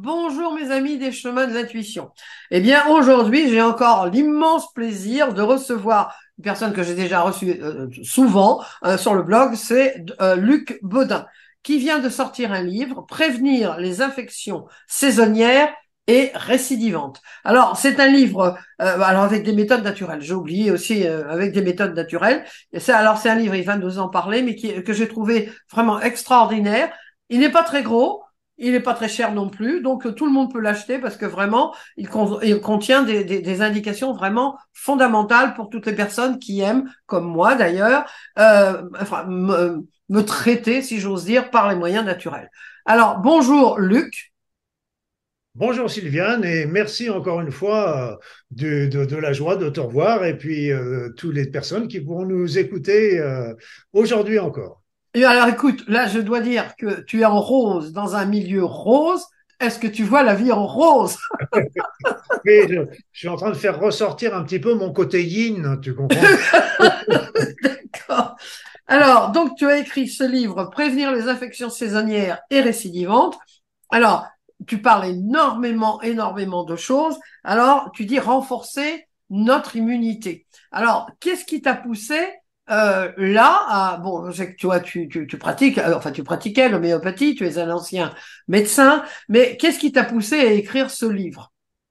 bonjour mes amis des chemins de l'intuition. Eh bien, aujourd'hui, j'ai encore l'immense plaisir de recevoir une personne que j'ai déjà reçue souvent sur le blog, c'est Luc Baudin, qui vient de sortir un livre, Prévenir les infections saisonnières et récidivantes. Alors, c'est un livre alors avec des méthodes naturelles. J'ai oublié aussi avec des méthodes naturelles. C'est un livre, il vient de nous en parler, mais que j'ai trouvé vraiment extraordinaire. Il n'est pas très gros. Il n'est pas très cher non plus, donc tout le monde peut l'acheter parce que vraiment, il contient des indications vraiment fondamentales pour toutes les personnes qui aiment, comme moi d'ailleurs, me traiter, si j'ose dire, par les moyens naturels. Alors, bonjour Luc. Bonjour Sylviane et merci encore une fois de la joie de te revoir et puis toutes les personnes qui pourront nous écouter aujourd'hui encore. Et alors écoute, là je dois dire que tu es en rose, dans un milieu rose. Est-ce que tu vois la vie en rose? Et je suis en train de faire ressortir un petit peu mon côté yin, tu comprends? D'accord. Alors, donc tu as écrit ce livre, Prévenir les infections saisonnières et récidivantes. Alors, tu parles énormément de choses. Alors, tu dis renforcer notre immunité. Alors, qu'est-ce qui t'a poussé là bon, je sais que tu pratiques, enfin tu pratiquais l'homéopathie, tu es un ancien médecin, mais qu'est-ce qui t'a poussé à écrire ce livre?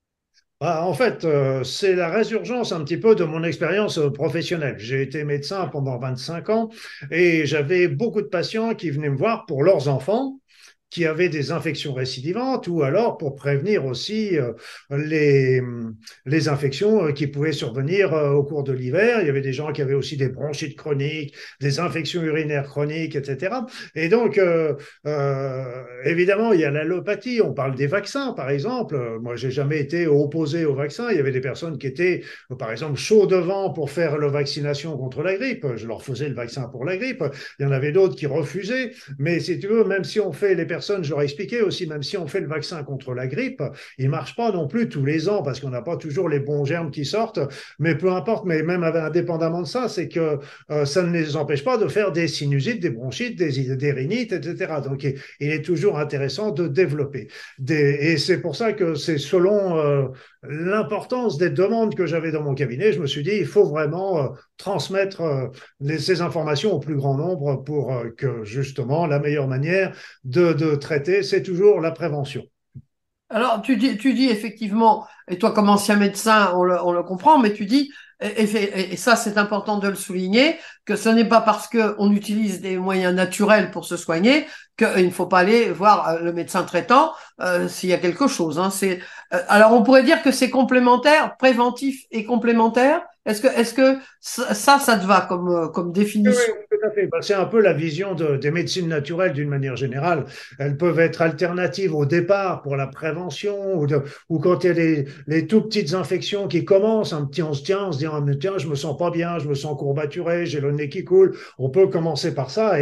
En fait, c'est la résurgence un petit peu de mon expérience professionnelle. J'ai été médecin pendant 25 ans et j'avais beaucoup de patients qui venaient me voir pour leurs enfants qui avaient des infections récidivantes ou alors pour prévenir aussi les, les infections qui pouvaient survenir au cours de l'hiver. Il y avait des gens qui avaient aussi des bronchites chroniques, des infections urinaires chroniques, etc. Et donc, évidemment, il y a l'allopathie. On parle des vaccins, par exemple. Moi, j'ai jamais été opposé aux vaccins. Il y avait des personnes qui étaient, par exemple, chauds devant pour faire la vaccination contre la grippe. Je leur faisais le vaccin pour la grippe. Il y en avait d'autres qui refusaient. Mais si tu veux, même si on fait les personnes, je leur ai expliqué aussi, même si on fait le vaccin contre la grippe, il ne marche pas non plus tous les ans parce qu'on n'a pas toujours les bons germes qui sortent. Mais peu importe, mais même indépendamment de ça, c'est que ça ne les empêche pas de faire des sinusites, des bronchites, des rhinites, etc. Donc il est toujours intéressant de développer. Et c'est pour ça que c'est selon l'importance des demandes que j'avais dans mon cabinet, je me suis dit, il faut vraiment transmettre ces informations au plus grand nombre pour que justement la meilleure manière de traiter, c'est toujours la prévention. Alors, tu dis effectivement, et toi comme ancien médecin, on le comprend, mais tu dis, et ça c'est important de le souligner, que ce n'est pas parce qu'on utilise des moyens naturels pour se soigner qu'il ne faut pas aller voir le médecin traitant s'il y a quelque chose. Hein. Alors, on pourrait dire que c'est complémentaire, préventif et complémentaire. Est-ce que ça te va comme Oui, oui, définition? tout à fait. Ben, c'est un peu la vision des médecines naturelles d'une manière générale. Elles peuvent être alternatives au départ pour la prévention ou quand il y a les tout petites infections qui commencent, un petit, on se dit, ah, mais tiens, je me sens pas bien, je me sens courbaturé, j'ai le nez qui coule. On peut commencer par ça.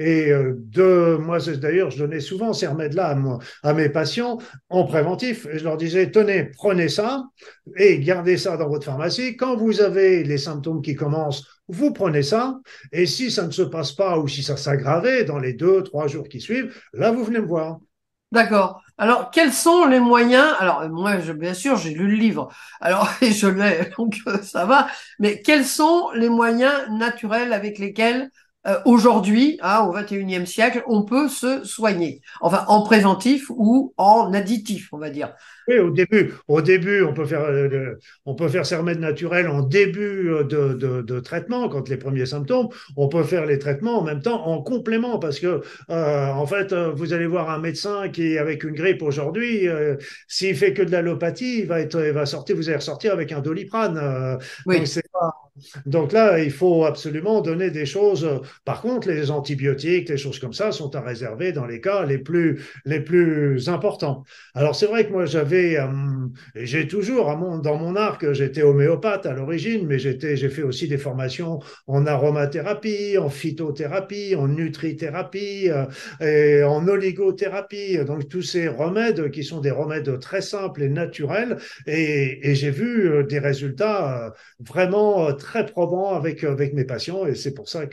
Moi, d'ailleurs, je donnais souvent ces remèdes-là à mes patients en préventif. Et je leur disais, tenez, prenez ça et gardez ça dans votre pharmacie. Quand vous avez les symptômes qui commencent, vous prenez ça. Et si ça ne se passe pas ou si ça s'aggravait dans les 2, 3 jours qui suivent, là, vous venez me voir. D'accord. Alors, quels sont les moyens? Alors, moi, bien sûr, j'ai lu le livre. Alors, et je l'ai, donc ça va. Mais quels sont les moyens naturels avec lesquels, aujourd'hui, hein, au XXIe siècle, on peut se soigner? Enfin, en préventif ou en additif, on va dire. Oui, au début, on peut faire ces remèdes naturels en début de traitement, quand les premiers symptômes. On peut faire les traitements en même temps, en complément, parce que, en fait, vous allez voir un médecin qui, avec une grippe aujourd'hui, s'il fait que de l'allopathie, il va sortir, vous allez ressortir avec un Doliprane. Donc, Oui. c'est pas, donc là, il faut absolument donner des choses. Par contre, les antibiotiques, les choses comme ça sont à réserver dans les cas les plus importants. Alors c'est vrai que moi et j'ai toujours dans mon arc, j'étais homéopathe à l'origine, mais j'ai fait aussi des formations en aromathérapie, en phytothérapie, en nutrithérapie, et en oligothérapie. Donc tous ces remèdes qui sont des remèdes très simples et naturels, et j'ai vu des résultats vraiment très probants avec mes patients, et c'est pour ça que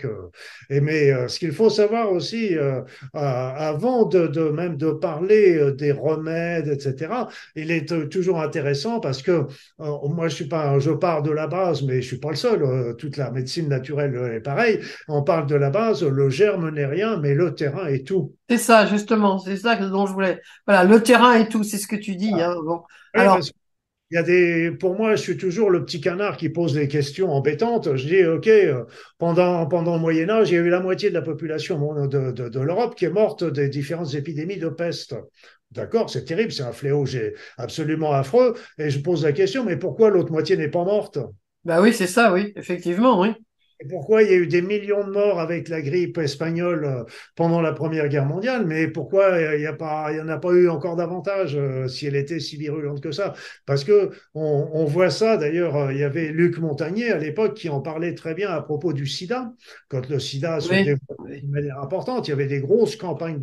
Mais ce qu'il faut savoir aussi, avant même de parler des remèdes, etc., il est toujours intéressant parce que moi, je pars de la base, mais je suis pas le seul. Toute la médecine naturelle est pareil. On parle de la base, le germe n'est rien, mais le terrain est tout. C'est ça, justement, c'est ça dont je voulais. Voilà, le terrain et tout, c'est ce que tu dis, hein. Bon. Oui, Alors, parce il y a pour moi, je suis toujours le petit canard qui pose des questions embêtantes. Je dis, OK, pendant le Moyen Âge, il y a eu la moitié de la population de l'Europe qui est morte des différentes épidémies de peste. D'accord, c'est terrible, c'est un fléau absolument affreux. Et je pose la question, mais pourquoi l'autre moitié n'est pas morte? bah oui, c'est ça, oui, effectivement, oui. Et pourquoi il y a eu des millions de morts avec la grippe espagnole pendant la Première Guerre mondiale, mais pourquoi il y en a pas eu encore davantage si elle était si virulente que ça? Parce que on voit ça, d'ailleurs, il y avait Luc Montagnier à l'époque qui en parlait très bien à propos du sida. Quand le sida se Oui, développe oui. de manière importante, il y avait des grosses campagnes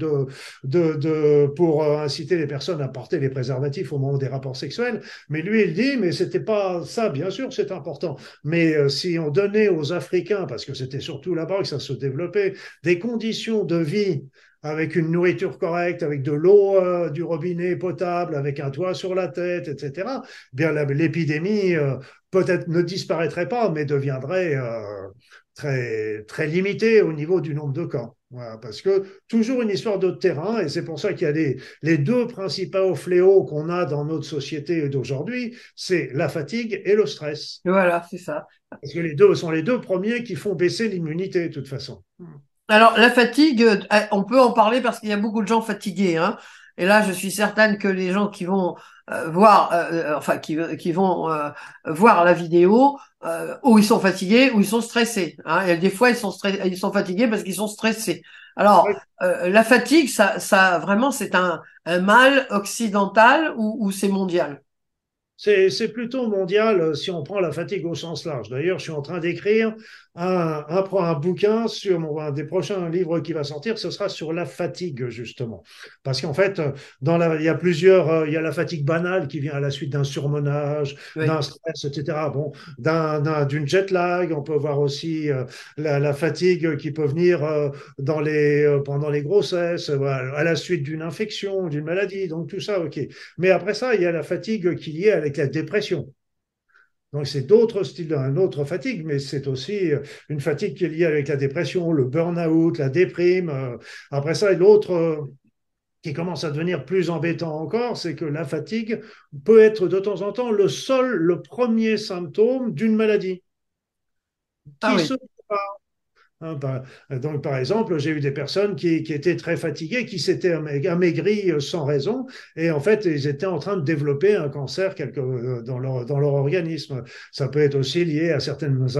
pour inciter les personnes à porter les préservatifs au moment des rapports sexuels. Mais lui, il dit, mais c'était pas ça, bien sûr, c'est important. Mais si on donnait aux Africains, parce que c'était surtout là-bas que ça se développait, des conditions de vie avec une nourriture correcte, avec de l'eau du robinet potable, avec un toit sur la tête, etc., bien l'épidémie peut-être ne disparaîtrait pas, mais deviendrait très, très limitée au niveau du nombre de cas. Voilà, parce que toujours une histoire de terrain, et c'est pour ça qu'il y a les deux principaux fléaux qu'on a dans notre société d'aujourd'hui, c'est la fatigue et le stress. Voilà, c'est ça. Parce que les deux sont les deux premiers qui font baisser l'immunité, de toute façon. Alors, la fatigue, on peut en parler parce qu'il y a beaucoup de gens fatigués, hein. Et là, je suis certaine que les gens qui vont voir, enfin, qui vont voir la vidéo, où ils sont fatigués, ou ils sont stressés, hein. Et des fois, ils sont fatigués parce qu'ils sont stressés. Alors, la fatigue, vraiment, c'est un mal occidental ou c'est mondial? C'est plutôt mondial si on prend la fatigue au sens large. D'ailleurs, je suis en train d'écrire un bouquin sur un des prochains livres qui va sortir, ce sera sur la fatigue, justement. Parce qu'en fait, il y a il y a la fatigue banale qui vient à la suite d'un surmenage, Oui. d'un stress, etc. Bon, d'une jet lag, on peut voir aussi la fatigue qui peut venir pendant les grossesses, voilà, à la suite d'une infection, d'une maladie, donc tout ça, ok. Mais après ça, il y a la fatigue qui est liée avec la dépression. Donc, c'est d'autres styles, une autre fatigue, mais c'est aussi une fatigue qui est liée avec la dépression, le burn-out, la déprime. Après ça, l'autre qui commence à devenir plus embêtant encore, c'est que la fatigue peut être de temps en temps le premier symptôme d'une maladie Ah qui oui. se Hein, donc, par exemple, j'ai eu des personnes qui étaient très fatiguées, qui s'étaient amaigries sans raison, et en fait, ils étaient en train de développer un cancer dans leur organisme. Ça peut être aussi lié à certaines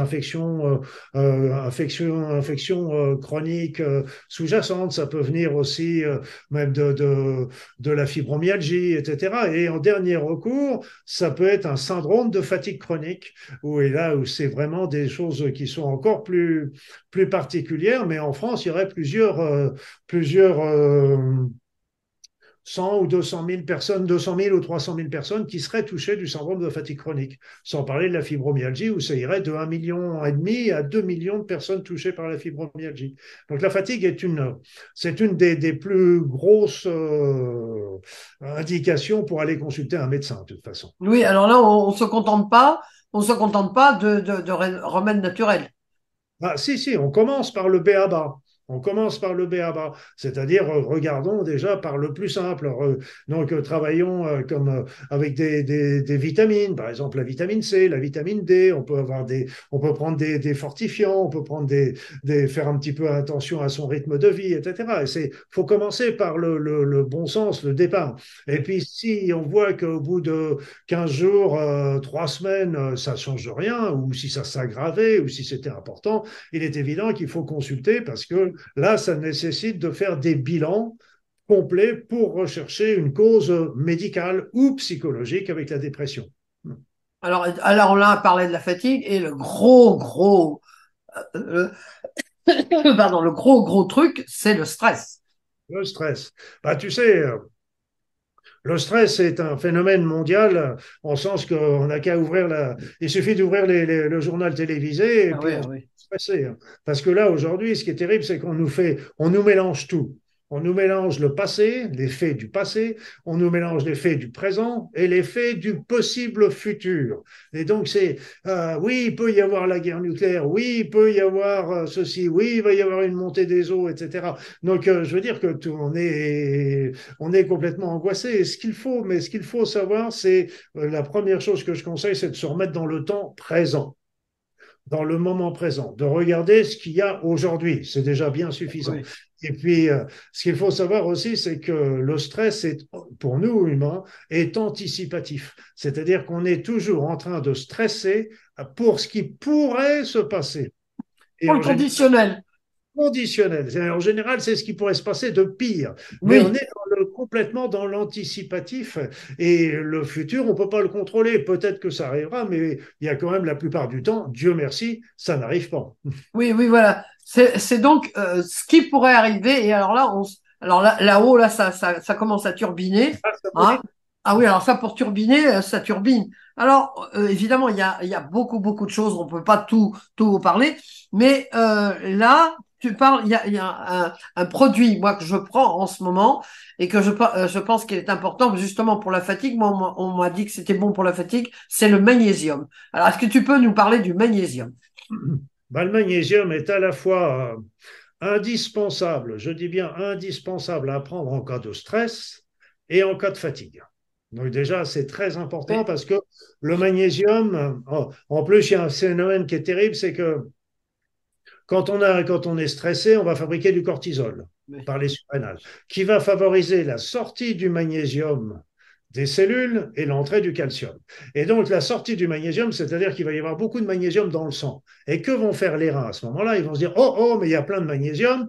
infections chroniques sous-jacentes. Ça peut venir aussi même de la fibromyalgie, etc. Et en dernier recours, ça peut être un syndrome de fatigue chronique, où c'est vraiment des choses qui sont encore plus particulière, mais en France, il y aurait plusieurs 100 ou 200 000 personnes, 200 000 ou 300 000 personnes qui seraient touchées du syndrome de fatigue chronique, sans parler de la fibromyalgie, où ça irait de 1,5 million à 2 millions de personnes touchées par la fibromyalgie. Donc la fatigue c'est une des plus grosses indications pour aller consulter un médecin, de toute façon. Oui, alors là, on se contente pas de remèdes naturels. Ah, si, on commence par le B.A.-ba. On commence par le B.A.-ba, c'est-à-dire regardons déjà par le plus simple. Donc travaillons avec des vitamines, par exemple la vitamine C, la vitamine D. On peut prendre des fortifiants, on peut prendre faire un petit peu attention à son rythme de vie, etc. Et faut commencer par le bon sens, le départ. Et puis si on voit qu'au bout de 15 jours, 3 semaines, ça change rien, ou si ça s'aggravait, ou si c'était important, il est évident qu'il faut consulter parce que là, ça nécessite de faire des bilans complets pour rechercher une cause médicale ou psychologique avec la dépression. Alors là, on parlait de la fatigue et euh, pardon, le gros truc, c'est le stress. Le stress. Bah, tu sais, Le stress est un phénomène mondial, en sens qu'on n'a qu'à ouvrir il suffit d'ouvrir le journal télévisé et Ah oui, puis on ah se oui. stressé, hein. Parce que là, aujourd'hui, ce qui est terrible, c'est on nous mélange tout. On nous mélange le passé, les faits du passé, on nous mélange les faits du présent et les faits du possible futur. Et donc, oui, il peut y avoir la guerre nucléaire, oui, il peut y avoir ceci, oui, il va y avoir une montée des eaux, etc. Donc, je veux dire que on est complètement angoissé. Et ce qu'il faut savoir, c'est la première chose que je conseille, c'est de se remettre dans le temps présent, dans le moment présent, de regarder ce qu'il y a aujourd'hui. C'est déjà bien suffisant. Oui. Et puis, ce qu'il faut savoir aussi, c'est que le stress, pour nous humains, est anticipatif. C'est-à-dire qu'on est toujours en train de stresser pour ce qui pourrait se passer. Et Pour le en général, conditionnel. conditionnel. En général, c'est ce qui pourrait se passer de pire. Mais on Oui. est complètement dans l'anticipatif et le futur, on ne peut pas le contrôler. Peut-être que ça arrivera, mais il y a quand même la plupart du temps, Dieu merci, ça n'arrive pas. Oui, oui, voilà. C'est donc ce qui pourrait arriver. Et alors là, alors là, là-haut, là, ça commence à turbiner. Ah, ça Hein. brûle. Ah oui, alors ça, pour turbiner, ça turbine. Alors, évidemment, il y a beaucoup, beaucoup de choses. On peut pas tout parler. Mais là, tu parles, il y a un produit, moi, que je prends en ce moment et que je pense qu'il est important justement pour la fatigue. Moi, on m'a dit que c'était bon pour la fatigue. C'est le magnésium. Alors, est-ce que tu peux nous parler du magnésium? Ben, le magnésium est à la fois indispensable, je dis bien indispensable à prendre en cas de stress et en cas de fatigue. Donc déjà, c'est très important Oui, parce que le magnésium, en plus, il y a un phénomène qui est terrible, c'est que quand on est stressé, on va fabriquer du cortisol oui. par les surrénales, qui va favoriser la sortie du magnésium des cellules et l'entrée du calcium. Et donc, la sortie du magnésium, c'est-à-dire qu'il va y avoir beaucoup de magnésium dans le sang. Et que vont faire les reins à ce moment-là? Ils vont se dire, oh, oh, mais il y a plein de magnésium,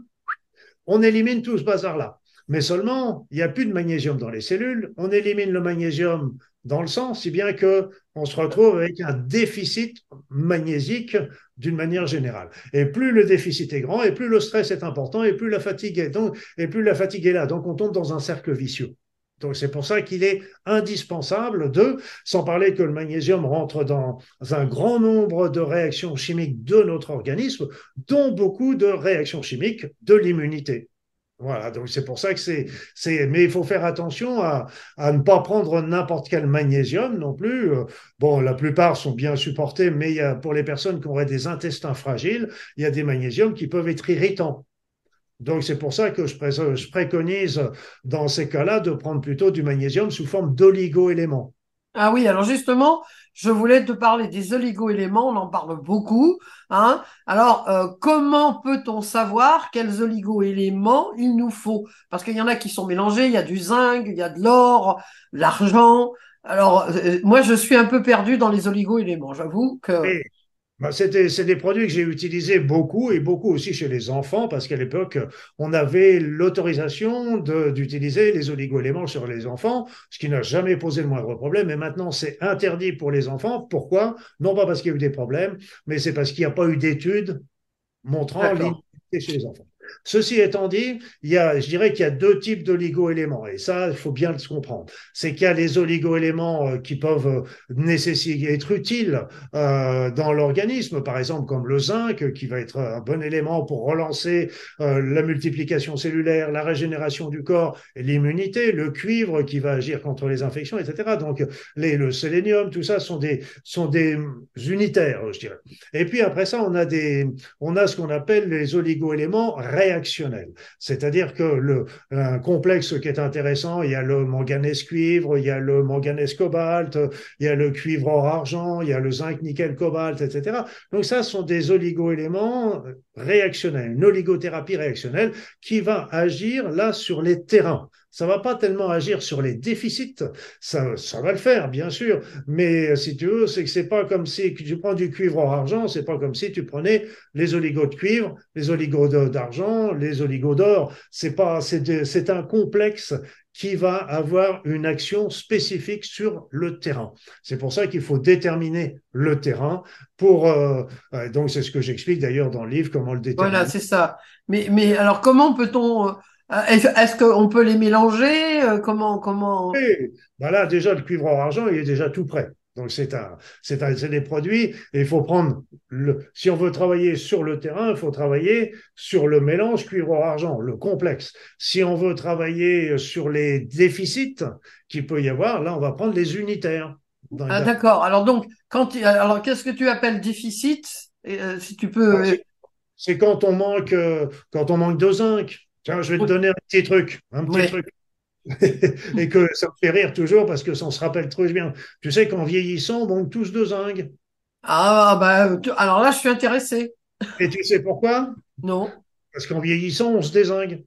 on élimine tout ce bazar-là. Mais seulement, il n'y a plus de magnésium dans les cellules, on élimine le magnésium dans le sang, si bien qu'on se retrouve avec un déficit magnésique d'une manière générale. Et plus le déficit est grand, et plus le stress est important, et plus la fatigue et plus la fatigue est là. Donc on tombe dans un cercle vicieux. Donc c'est pour ça qu'il est indispensable sans parler que le magnésium rentre dans un grand nombre de réactions chimiques de notre organisme, dont beaucoup de réactions chimiques de l'immunité. Voilà, donc c'est pour ça que mais il faut faire attention à ne pas prendre n'importe quel magnésium non plus. Bon, la plupart sont bien supportés, mais pour les personnes qui auraient des intestins fragiles, il y a des magnésiums qui peuvent être irritants. Donc c'est pour ça que je préconise dans ces cas-là de prendre plutôt du magnésium sous forme d'oligo-éléments. Ah oui, alors justement, je voulais te parler des oligo-éléments, on en parle beaucoup, hein. Alors, comment peut-on savoir quels oligo-éléments il nous faut? Parce qu'il y en a qui sont mélangés, il y a du zinc, il y a de l'or, de l'argent. Alors, moi, je suis un peu perdu dans les oligo-éléments, j'avoue que... Et bah, c'est des produits que j'ai utilisés beaucoup et beaucoup aussi chez les enfants parce qu'à l'époque, on avait l'autorisation d'utiliser les oligo-éléments sur les enfants, ce qui n'a jamais posé le moindre problème. Et maintenant, c'est interdit pour les enfants. Pourquoi? Non pas parce qu'il y a eu des problèmes, mais c'est parce qu'il n'y a pas eu d'études montrant D'accord. l'inutilité chez les enfants. Ceci étant dit, je dirais qu'il y a deux types d'oligo-éléments, et ça, il faut bien le comprendre. C'est qu'il y a les oligo-éléments qui peuvent nécessiter, être utiles dans l'organisme, par exemple comme le zinc, qui va être un bon élément pour relancer la multiplication cellulaire, la régénération du corps, l'immunité, le cuivre qui va agir contre les infections, etc. Donc, le sélénium, tout ça sont des unitaires, je dirais. Et puis après ça, on a ce qu'on appelle les oligo-éléments réactionnels. C'est-à-dire que un complexe qui est intéressant, il y a le manganèse cuivre, il y a le manganèse cobalt, il y a le cuivre or argent, il y a le zinc nickel cobalt, etc. Donc ça, ce sont des oligo-éléments réactionnels, une oligothérapie réactionnelle qui va agir là sur les terrains. Ça va pas tellement agir sur les déficits, ça va le faire, bien sûr, mais si tu veux, c'est que c'est pas comme si tu prends du cuivre or argent, c'est pas comme si tu prenais les oligos de cuivre, les oligos d'argent, les oligos d'or. C'est un complexe qui va avoir une action spécifique sur le terrain. C'est pour ça qu'il faut déterminer le terrain donc c'est ce que j'explique d'ailleurs dans le livre, comment le Voilà, déterminer. c'est ça. Mais alors, comment peut-on Est-ce qu'on peut les mélanger? Comment? Et ben là, déjà, le cuivre or argent, il est déjà tout prêt. Donc, c'est des produits et il faut prendre si on veut travailler sur le terrain, il faut travailler sur le mélange cuivre or argent, le complexe. Si on veut travailler sur les déficits qu'il peut y avoir, là, on va prendre les unitaires. Ah, d'accord. Alors donc, alors qu'est-ce que tu appelles déficit? Si tu peux. C'est quand on manque de zinc. Tiens, je vais te Oui. donner un petit Oui. truc. Et que ça me fait rire toujours parce que ça on se rappelle trop bien. Tu sais qu'en vieillissant, on manque tous de zinc. Ah, bah, alors là, je suis intéressé. Et tu sais pourquoi? Non. Parce qu'en vieillissant, on se dézingue.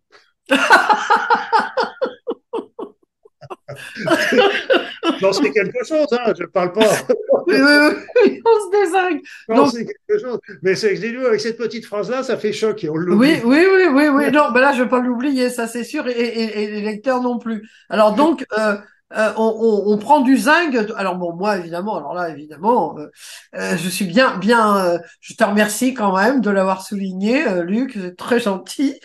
J'en sais quelque chose, hein, je ne parle pas. Oui, oui, oui, on se désingue. J'en Donc, sais quelque chose. Mais c'est que je dis, avec cette petite phrase-là, ça fait choc et on oui, l'oublie. oui, oui, oui, oui. Non, ben là, je vais pas l'oublier, ça c'est sûr, et les lecteurs non plus. Alors donc, on prend du zinc. Alors bon, moi évidemment, alors là évidemment, je suis je te remercie quand même de l'avoir souligné, Luc, c'est très gentil.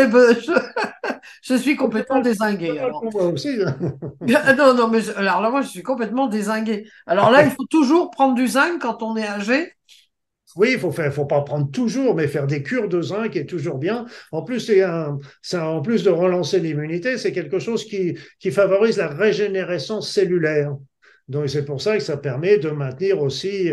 Je suis complètement dézingué. C'est mal Alors pour moi aussi, hein. non, non, mais alors là, moi, je suis complètement dézingué. Alors là, il faut toujours prendre du zinc quand on est âgé. Oui, faut pas prendre toujours, mais faire des cures de zinc est toujours bien. En plus, en plus de relancer l'immunité, c'est quelque chose qui favorise la régénérescence cellulaire. Donc, c'est pour ça que ça permet de maintenir aussi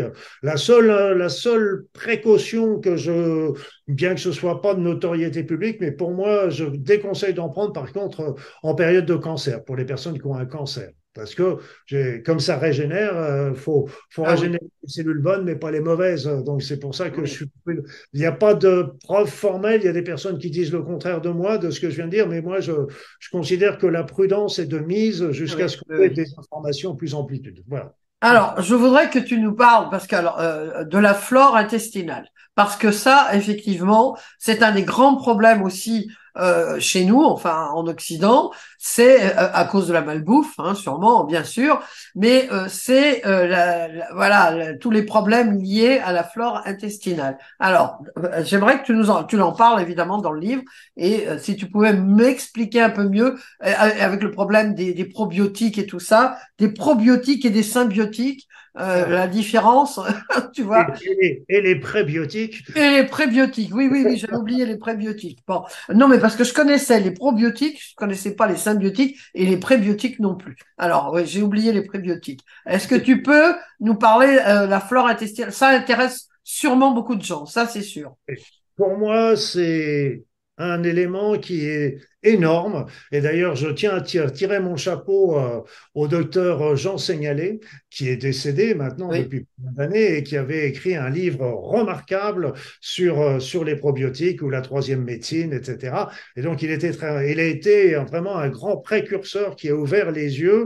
la seule précaution bien que ce soit pas de notoriété publique, mais pour moi, je déconseille d'en prendre, par contre, en période de cancer, pour les personnes qui ont un cancer. Parce que comme ça régénère, faut Ah oui, régénérer les cellules bonnes, mais pas les mauvaises. Donc c'est pour ça que oui, il n'y a pas de preuve formelle. Il y a des personnes qui disent le contraire de moi, de ce que je viens de dire, mais moi je considère que la prudence est de mise jusqu'à oui, ce oui, qu'on ait oui. des informations plus amplitude. Voilà. Alors, je voudrais que tu nous parles, parce que alors, de la flore intestinale, parce que ça, effectivement, c'est un des grands problèmes aussi chez nous, enfin en Occident. C'est à cause de la malbouffe, hein, sûrement, bien sûr, mais c'est voilà tous les problèmes liés à la flore intestinale. Alors, j'aimerais que tu en parles évidemment dans le livre, et si tu pouvais m'expliquer un peu mieux avec le problème des probiotiques et tout ça, des probiotiques et des symbiotiques, Ah. la différence, tu vois. Et les prébiotiques. Et les prébiotiques, oui, oui, oui, j'avais oublié les prébiotiques. Bon, non, mais parce que je connaissais les probiotiques, je connaissais pas les symbiotiques et les prébiotiques non plus. Alors, oui, j'ai oublié les prébiotiques. Est-ce que tu peux nous parler la flore intestinale? Ça intéresse sûrement beaucoup de gens, ça c'est sûr. Pour moi, c'est un élément qui est énorme. Et d'ailleurs, je tiens à tirer mon chapeau au docteur Jean Seignalé, qui est décédé maintenant Oui, depuis plein d'années et qui avait écrit un livre remarquable sur les probiotiques ou la troisième médecine, etc. Et donc, il a été vraiment un grand précurseur qui a ouvert les yeux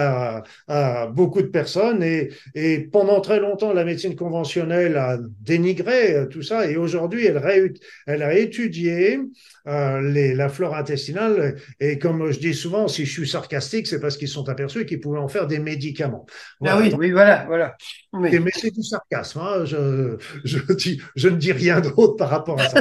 à beaucoup de personnes. Et pendant très longtemps, la médecine conventionnelle a dénigré tout ça. Et aujourd'hui, elle a étudié la flore intestinale. Et comme je dis souvent, si je suis sarcastique, c'est parce qu'ils sont aperçus qu'ils pouvaient en faire des médicaments. ah Voilà. oui, Donc, oui, voilà, voilà. Oui. mais c'est du sarcasme, hein. Je ne dis rien d'autre par rapport à ça.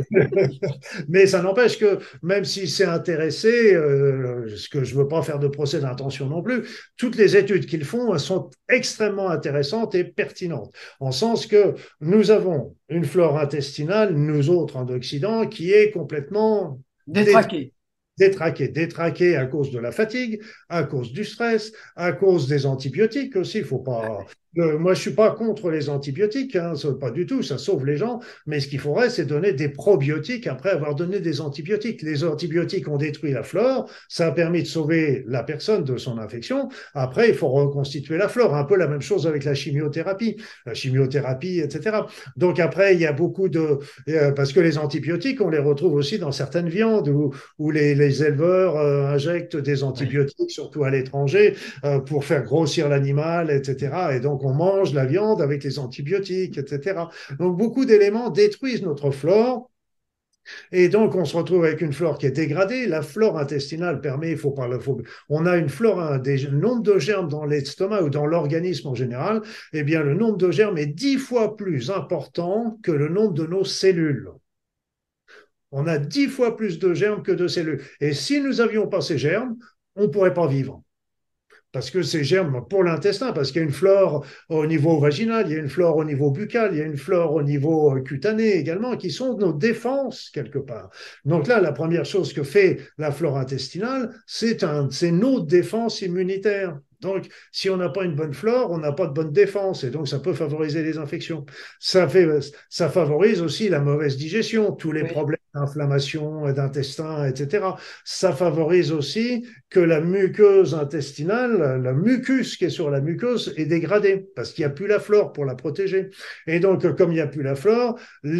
Mais ça n'empêche que même si c'est intéressé, ce que je ne veux pas faire de procès d'intention non plus, toutes les études qu'ils font sont extrêmement intéressantes et pertinentes, en sens que nous avons une flore intestinale, nous autres en Occident, qui est complètement Détraqué. détraqué à cause de la fatigue, à cause du stress, à cause des antibiotiques aussi. Il faut pas. Moi, je suis pas contre les antibiotiques, hein, pas du tout, ça sauve les gens. Mais ce qu'il faudrait, c'est donner des probiotiques après avoir donné des antibiotiques. Les antibiotiques ont détruit la flore, ça a permis de sauver la personne de son infection. Après, il faut reconstituer la flore. Un peu la même chose avec la chimiothérapie, etc. Donc après, il y a beaucoup de parce que les antibiotiques, on les retrouve aussi dans certaines viandes où les éleveurs injectent des Oui. antibiotiques, surtout à l'étranger, pour faire grossir l'animal, etc. Et donc, on mange la viande avec les antibiotiques, etc. Donc, beaucoup d'éléments détruisent notre flore. Et donc, on se retrouve avec une flore qui est dégradée. La flore intestinale permet, il faut pas le faut, on a une flore, le nombre de germes dans l'estomac ou dans l'organisme en général, eh bien, le nombre de germes est 10 fois plus important que le nombre de nos cellules. On a 10 fois plus de germes que de cellules. Et si nous n'avions pas ces germes, on ne pourrait pas vivre. Parce que ces germes, pour l'intestin, parce qu'il y a une flore au niveau vaginal, il y a une flore au niveau buccal, il y a une flore au niveau cutané également, qui sont nos défenses quelque part. Donc là, la première chose que fait la flore intestinale, c'est nos défenses immunitaires. Donc, si on n'a pas une bonne flore, on n'a pas de bonne défense, et donc ça peut favoriser les infections. Ça favorise aussi la mauvaise digestion, tous les Oui. problèmes d'inflammation, d'intestin, etc. Ça favorise aussi que la muqueuse intestinale, la mucus qui est sur la muqueuse, est dégradée parce qu'il n'y a plus la flore pour la protéger. Et donc, comme il n'y a plus la flore,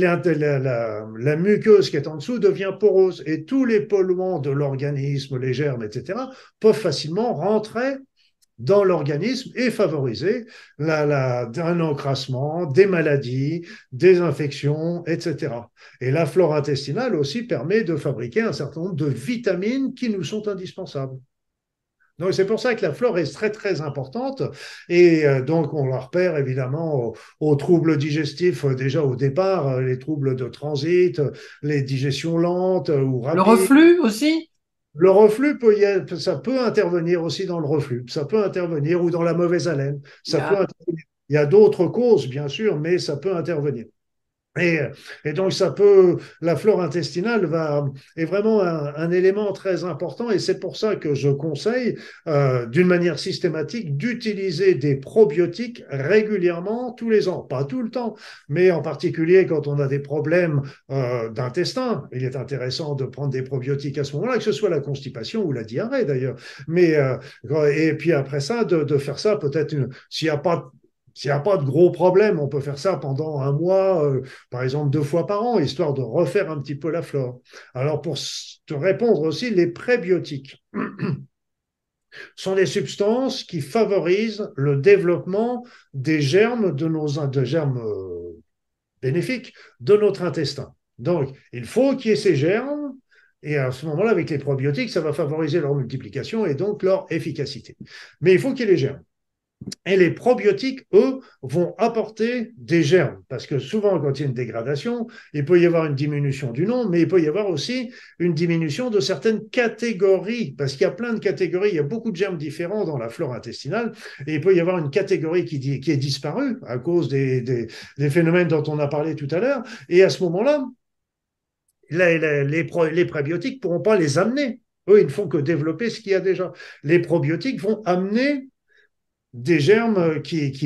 la muqueuse qui est en dessous devient porose et tous les polluants de l'organisme, les germes, etc., peuvent facilement rentrer dans l'organisme et favoriser un encrassement, des maladies, des infections, etc. Et la flore intestinale aussi permet de fabriquer un certain nombre de vitamines qui nous sont indispensables. Donc c'est pour ça que la flore est très très importante et donc on la repère évidemment aux troubles digestifs déjà au départ, les troubles de transit, les digestions lentes ou Le rapides. reflux aussi? Le reflux ça peut intervenir aussi dans le reflux, ça peut intervenir ou dans la mauvaise haleine, ça peut Ah. intervenir. Il y a d'autres causes bien sûr, mais ça peut intervenir. Et, et donc, la flore intestinale est vraiment un élément très important et c'est pour ça que je conseille, d'une manière systématique, d'utiliser des probiotiques régulièrement tous les ans. Pas tout le temps, mais en particulier quand on a des problèmes d'intestin. Il est intéressant de prendre des probiotiques à ce moment-là, que ce soit la constipation ou la diarrhée d'ailleurs. Mais, et puis après ça, de faire ça peut-être, s'il n'y a pas de gros problème, on peut faire ça pendant un mois, par exemple 2 fois par an, histoire de refaire un petit peu la flore. Alors pour te répondre aussi, les prébiotiques sont des substances qui favorisent le développement des germes de germes bénéfiques de notre intestin. Donc il faut qu'il y ait ces germes. Et à ce moment-là, avec les probiotiques, ça va favoriser leur multiplication et donc leur efficacité. Mais il faut qu'il y ait les germes. Et les probiotiques, eux, vont apporter des germes. Parce que souvent, quand il y a une dégradation, il peut y avoir une diminution du nombre, mais il peut y avoir aussi une diminution de certaines catégories. Parce qu'il y a plein de catégories, il y a beaucoup de germes différents dans la flore intestinale. Et il peut y avoir une catégorie qui est disparue à cause des phénomènes dont on a parlé tout à l'heure. Et à ce moment-là, les prébiotiques ne pourront pas les amener. Eux, ils ne font que développer ce qu'il y a déjà. Les probiotiques vont amener des germes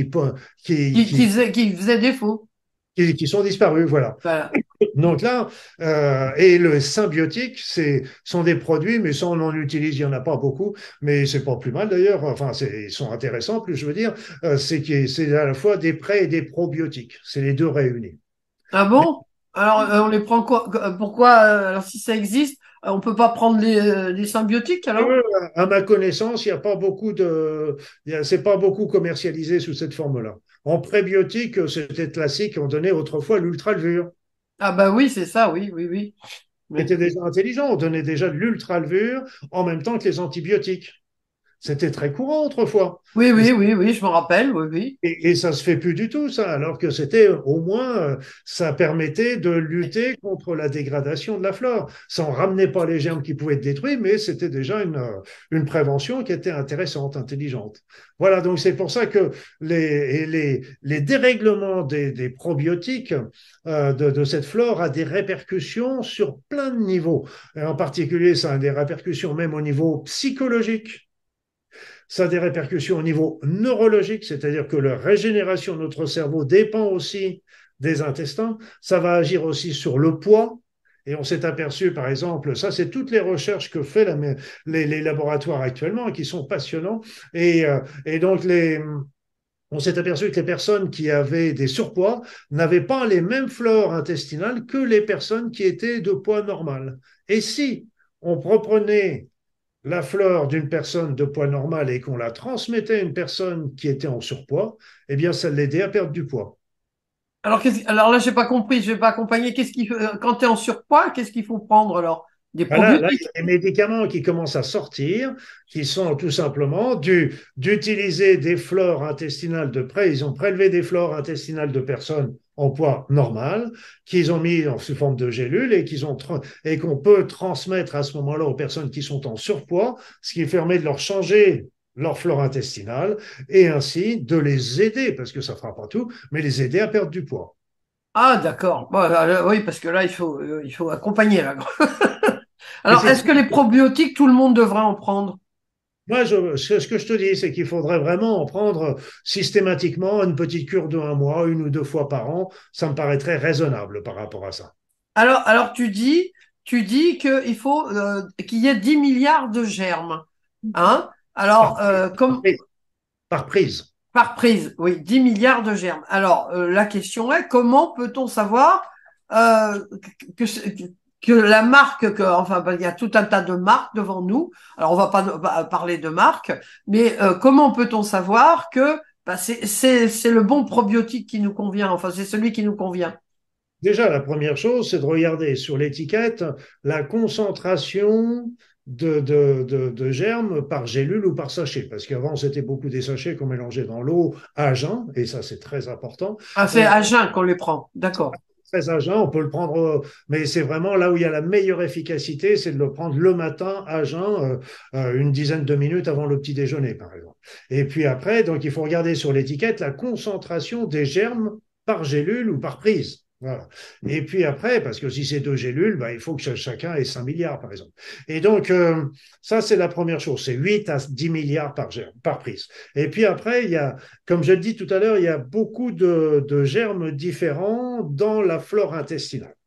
Qui faisait défaut. qui sont disparus, voilà. Voilà. Donc là, et le symbiotique, sont des produits, mais ça on en utilise, il y en a pas beaucoup, mais c'est pas plus mal d'ailleurs. Enfin, ils sont intéressants, plus je veux dire, c'est à la fois des pré et des probiotiques, c'est les deux réunis. Ah bon? Alors, on les prend quoi? Pourquoi? Alors, si ça existe, on peut pas prendre les symbiotiques alors? À ma connaissance, il y a pas beaucoup c'est pas beaucoup commercialisé sous cette forme-là. En prébiotique, c'était classique, on donnait autrefois l'ultralevure. Ah bah oui, c'est ça, oui, oui, oui. Était Mais, déjà intelligent. On donnait déjà de l'ultralevure en même temps que les antibiotiques. C'était très courant autrefois. oui, oui, oui, oui, je me rappelle, oui, oui. Et ça se fait plus du tout, ça, alors que c'était au moins, ça permettait de lutter contre la dégradation de la flore. Ça ne ramenait pas les germes qui pouvaient être détruits, mais c'était déjà une prévention qui était intéressante, intelligente. Voilà, donc c'est pour ça que les dérèglements des probiotiques de cette flore a des répercussions sur plein de niveaux. Et en particulier, ça a des répercussions même au niveau psychologique. Ça a des répercussions au niveau neurologique, c'est-à-dire que la régénération de notre cerveau dépend aussi des intestins. Ça va agir aussi sur le poids. Et on s'est aperçu, par exemple, ça c'est toutes les recherches que fait les laboratoires actuellement, qui sont passionnants. Et donc, on s'est aperçu que les personnes qui avaient des surpoids n'avaient pas les mêmes flores intestinales que les personnes qui étaient de poids normal. Et si on reprenait la flore d'une personne de poids normal et qu'on la transmettait à une personne qui était en surpoids, eh bien, ça l'aidait à perdre du poids. Alors, alors là, j'ai pas compris, je vais pas accompagner. Quand tu es en surpoids, qu'est-ce qu'il faut prendre alors? Des Ben là, il y probiotiques. a des médicaments qui commencent à sortir, qui sont tout simplement d'utiliser des flores intestinales de près. Ils ont prélevé des flores intestinales de personnes en poids normal, qu'ils ont mis sous forme de gélules et qu'on peut transmettre à ce moment-là aux personnes qui sont en surpoids, ce qui permet de leur changer leur flore intestinale et ainsi de les aider, parce que ça ne fera pas tout, mais les aider à perdre du poids. Ah, d'accord. Bon, oui, parce que là, il faut accompagner là. Et Alors, c'est est-ce que les probiotiques, tout le monde devrait en prendre? Moi, ce que je te dis, c'est qu'il faudrait vraiment en prendre systématiquement une petite cure de 1 mois, 1 ou 2 fois par an. Ça me paraîtrait raisonnable par rapport à ça. Alors tu dis qu'il faut qu'il y ait 10 milliards de germes, hein? Par Alors, prise. Par comme prise. Par prise. par prise, oui, 10 milliards de germes. Alors, la question est, comment peut-on savoir euh, que, que la marque, enfin, il y a tout un tas de marques devant nous. Alors, on va pas parler de marques, mais comment peut-on savoir que bah, c'est le bon probiotique qui nous convient, enfin, c'est celui qui nous convient? Déjà, la première chose, c'est de regarder sur l'étiquette la concentration de germes par gélule ou par sachet. Parce qu'avant, c'était beaucoup des sachets qu'on mélangeait dans l'eau à jeun, et ça, c'est très important. Ah, c'est Euh, à jeun qu'on les prend, d'accord. Très à jeun, on peut le prendre, mais c'est vraiment là où il y a la meilleure efficacité, c'est de le prendre le matin à jeun, une dizaine de minutes avant le petit déjeuner, par exemple. Et puis après, donc il faut regarder sur l'étiquette la concentration des germes par gélule ou par prise. Voilà. Et puis après, parce que si c'est 2 gélules, bah, il faut que chacun ait 5 milliards, par exemple. Et donc, ça, c'est la première chose. C'est 8 à 10 milliards par, par prise. Et puis après, il y a comme je le dis tout à l'heure, il y a beaucoup de germes différents dans la flore intestinale.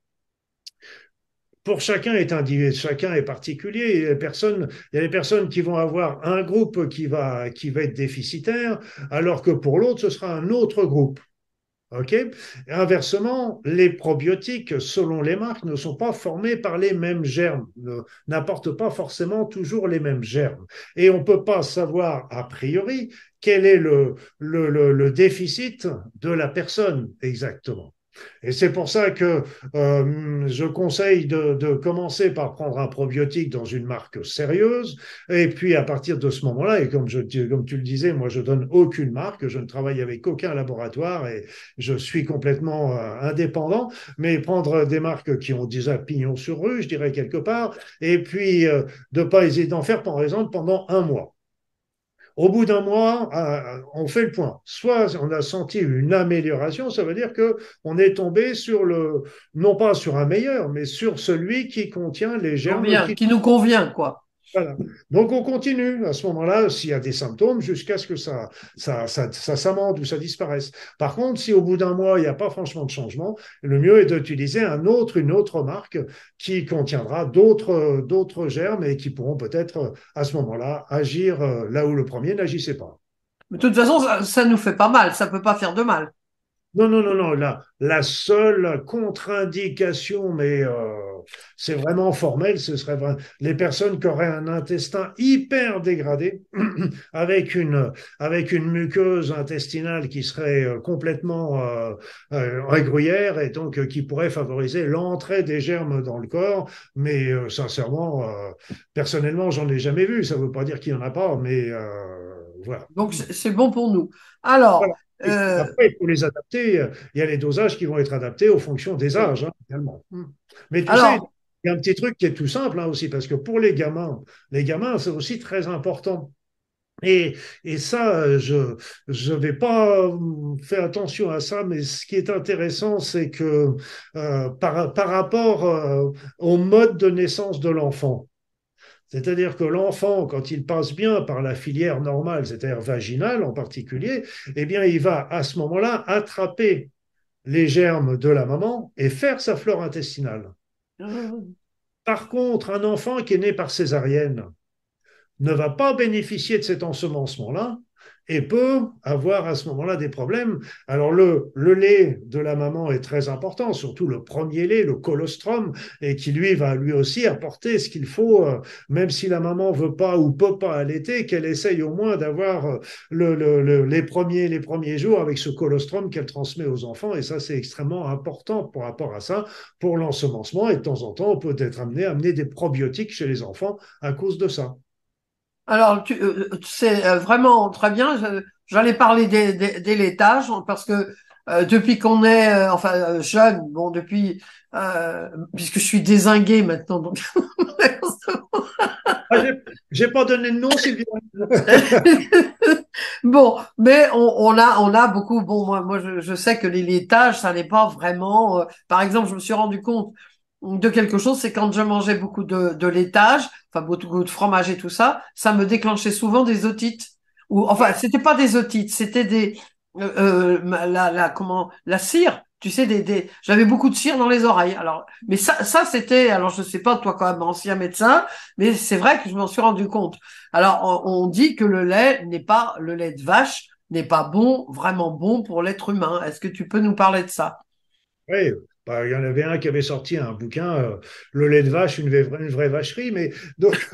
Pour chacun est individuel, chacun est particulier. Il y a des personnes qui vont avoir un groupe qui va être déficitaire, alors que pour l'autre, ce sera un autre groupe. OK? Et inversement, les probiotiques, selon les marques, ne sont pas formés par les mêmes germes, n'apportent pas forcément toujours les mêmes germes. Et on ne peut pas savoir a priori quel est le déficit de la personne exactement. Et c'est pour ça que je conseille de commencer par prendre un probiotique dans une marque sérieuse. Et puis à partir de ce moment-là, et comme tu le disais, moi je donne aucune marque, je ne travaille avec aucun laboratoire et je suis complètement indépendant. Mais prendre des marques qui ont déjà pignon sur rue, je dirais quelque part, et puis de ne pas hésiter d'en faire par exemple pendant 1 mois. Au bout d'1 mois, on fait le point. Soit on a senti une amélioration, ça veut dire que on est tombé sur non pas sur un meilleur, mais sur celui qui contient les germes Convient, qui. qui nous convient, quoi. Voilà. Donc on continue à ce moment-là, s'il y a des symptômes, jusqu'à ce que ça s'amende ou ça disparaisse. Par contre, si au bout d'1 mois, il n'y a pas franchement de changement, le mieux est d'utiliser une autre marque qui contiendra d'autres germes et qui pourront peut-être à ce moment-là agir là où le premier n'agissait pas. Mais de toute façon, ça nous fait pas mal, ça peut pas faire de mal. Non, non, non, non. La seule contre-indication, mais c'est vraiment formel, ce serait les personnes qui auraient un intestin hyper dégradé, avec une muqueuse intestinale qui serait complètement gruyère et donc qui pourrait favoriser l'entrée des germes dans le corps. Mais sincèrement, personnellement, j'en ai jamais vu. Ça ne veut pas dire qu'il n'y en a pas, mais voilà. Donc, c'est bon pour nous. Alors, Voilà. Après, il faut les adapter. Il y a les dosages qui vont être adaptés aux fonctions des oui. âges, hein, également. Mais tu sais, Alors, il y a un petit truc qui est tout simple hein, aussi, parce que pour les gamins, c'est aussi très important. Et ça, je vais pas faire attention à ça, mais ce qui est intéressant, c'est que par rapport au mode de naissance de l'enfant, c'est-à-dire que l'enfant, quand il passe bien par la filière normale, c'est-à-dire vaginale en particulier, eh bien, il va à ce moment-là attraper les germes de la maman et faire sa flore intestinale. Par contre, un enfant qui est né par césarienne ne va pas bénéficier de cet ensemencement-là et peut avoir à ce moment-là des problèmes. Alors le lait de la maman est très important, surtout le premier lait, le colostrum, et qui lui va lui aussi apporter ce qu'il faut, même si la maman veut pas ou peut pas allaiter, qu'elle essaye au moins d'avoir les premiers jours avec ce colostrum qu'elle transmet aux enfants, et ça c'est extrêmement important par rapport à ça, pour l'ensemencement, et de temps en temps on peut être amené à amener des probiotiques chez les enfants à cause de ça. Alors, c'est vraiment très bien. J'allais parler des laitages parce que depuis qu'on est, enfin, jeune, bon, depuis, puisque je suis dézinguée maintenant, donc Ah, j'ai pas donné de nom, Sylvia. bon, mais on a beaucoup. Bon, moi, je sais que les laitages, ça n'est pas vraiment. Par exemple, je me suis rendu compte de quelque chose, c'est quand je mangeais beaucoup de laitage, enfin beaucoup de fromage et tout ça, ça me déclenchait souvent des otites. Ou enfin, c'était pas des otites, c'était des la cire. Tu sais, j'avais beaucoup de cire dans les oreilles. Alors, mais ça c'était. Alors, je sais pas toi quand même ancien médecin, mais c'est vrai que je m'en suis rendu compte. Alors, on dit que le lait de vache n'est pas bon, vraiment bon pour l'être humain. Est-ce que tu peux nous parler de ça? Oui, bah, il y en avait un qui avait sorti un bouquin, Le lait de vache, une vraie vacherie, mais donc,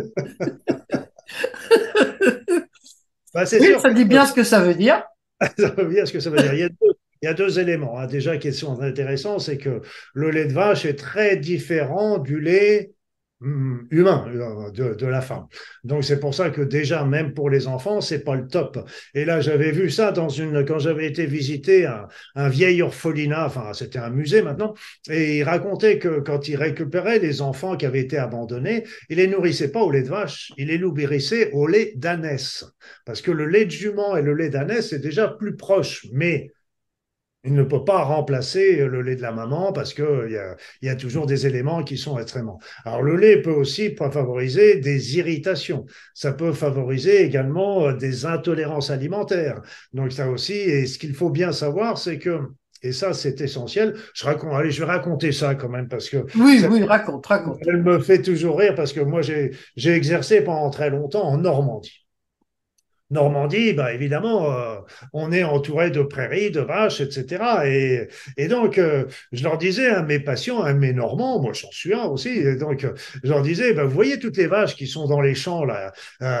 bah, c'est Oui, sûr ça dit bien ce que ça veut dire. ça veut dire ce que ça veut dire. Il y a deux éléments, hein, déjà qui sont intéressants, c'est que le lait de vache est très différent du lait humain de la femme. Donc c'est pour ça que déjà même pour les enfants c'est pas le top. Et là j'avais vu ça quand j'avais été visiter un vieil orphelinat, enfin c'était un musée maintenant, et il racontait que quand il récupérait les enfants qui avaient été abandonnés, il les nourrissait pas au lait de vache, il les nourrissait au lait d'ânesse, parce que le lait de jument et le lait d'ânesse est déjà plus proche, mais il ne peut pas remplacer le lait de la maman parce il y a toujours des éléments qui sont extrêmement. Alors le lait peut aussi favoriser des irritations. Ça peut favoriser également des intolérances alimentaires. Donc ça aussi, et ce qu'il faut bien savoir, c'est que, et ça c'est essentiel, allez, je vais raconter ça quand même parce que Oui, ça, oui, raconte, raconte. elle me fait toujours rire parce que moi j'ai exercé pendant très longtemps en Normandie. Normandie, bah évidemment, on est entouré de prairies, de vaches, etc. Et donc, je leur disais à mes patients, à mes Normands, moi j'en suis un aussi, et donc je leur disais, bah, vous voyez toutes les vaches qui sont dans les champs là,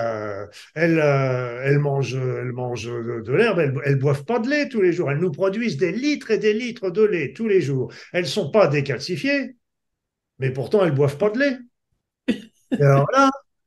elles mangent de l'herbe, elles boivent pas de lait tous les jours, elles nous produisent des litres et des litres de lait tous les jours. Elles sont pas décalcifiées, mais pourtant elles boivent pas de lait. Et alors là,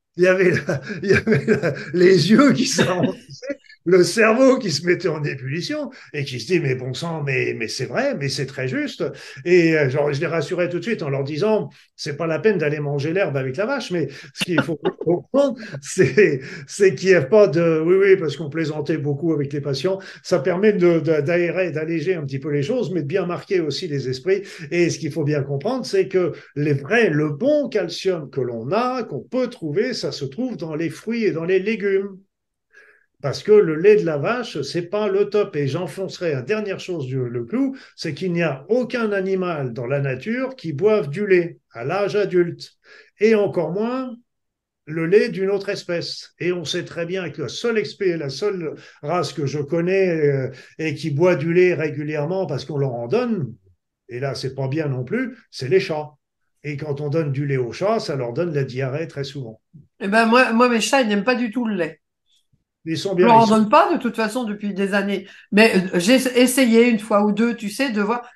il y avait les yeux qui s'arrondissaient, le cerveau qui se mettait en ébullition et qui se dit, mais bon sang, mais c'est vrai, mais c'est très juste. Et genre, je les rassurais tout de suite en leur disant, c'est pas la peine d'aller manger l'herbe avec la vache, mais ce qu'il faut comprendre, c'est qu'il n'y a pas de, oui, oui, parce qu'on plaisantait beaucoup avec les patients, ça permet d'aérer, d'alléger un petit peu les choses, mais de bien marquer aussi les esprits. Et ce qu'il faut bien comprendre, c'est que le bon calcium que l'on a, qu'on peut trouver, ça se trouve dans les fruits et dans les légumes. Parce que le lait de la vache, c'est pas le top. Et j'enfoncerai la dernière chose, le clou, c'est qu'il n'y a aucun animal dans la nature qui boive du lait à l'âge adulte. Et encore moins le lait d'une autre espèce. Et on sait très bien que la seule race que je connais et qui boit du lait régulièrement parce qu'on leur en donne, et là c'est pas bien non plus, c'est les chats. Et quand on donne du lait aux chats, ça leur donne la diarrhée très souvent. Eh ben moi, mes chats, ils n'aiment pas du tout le lait. Ils sont Je bien, leur ils en sont. donne pas de toute façon depuis des années. Mais j'ai essayé une fois ou deux, tu sais, de voir.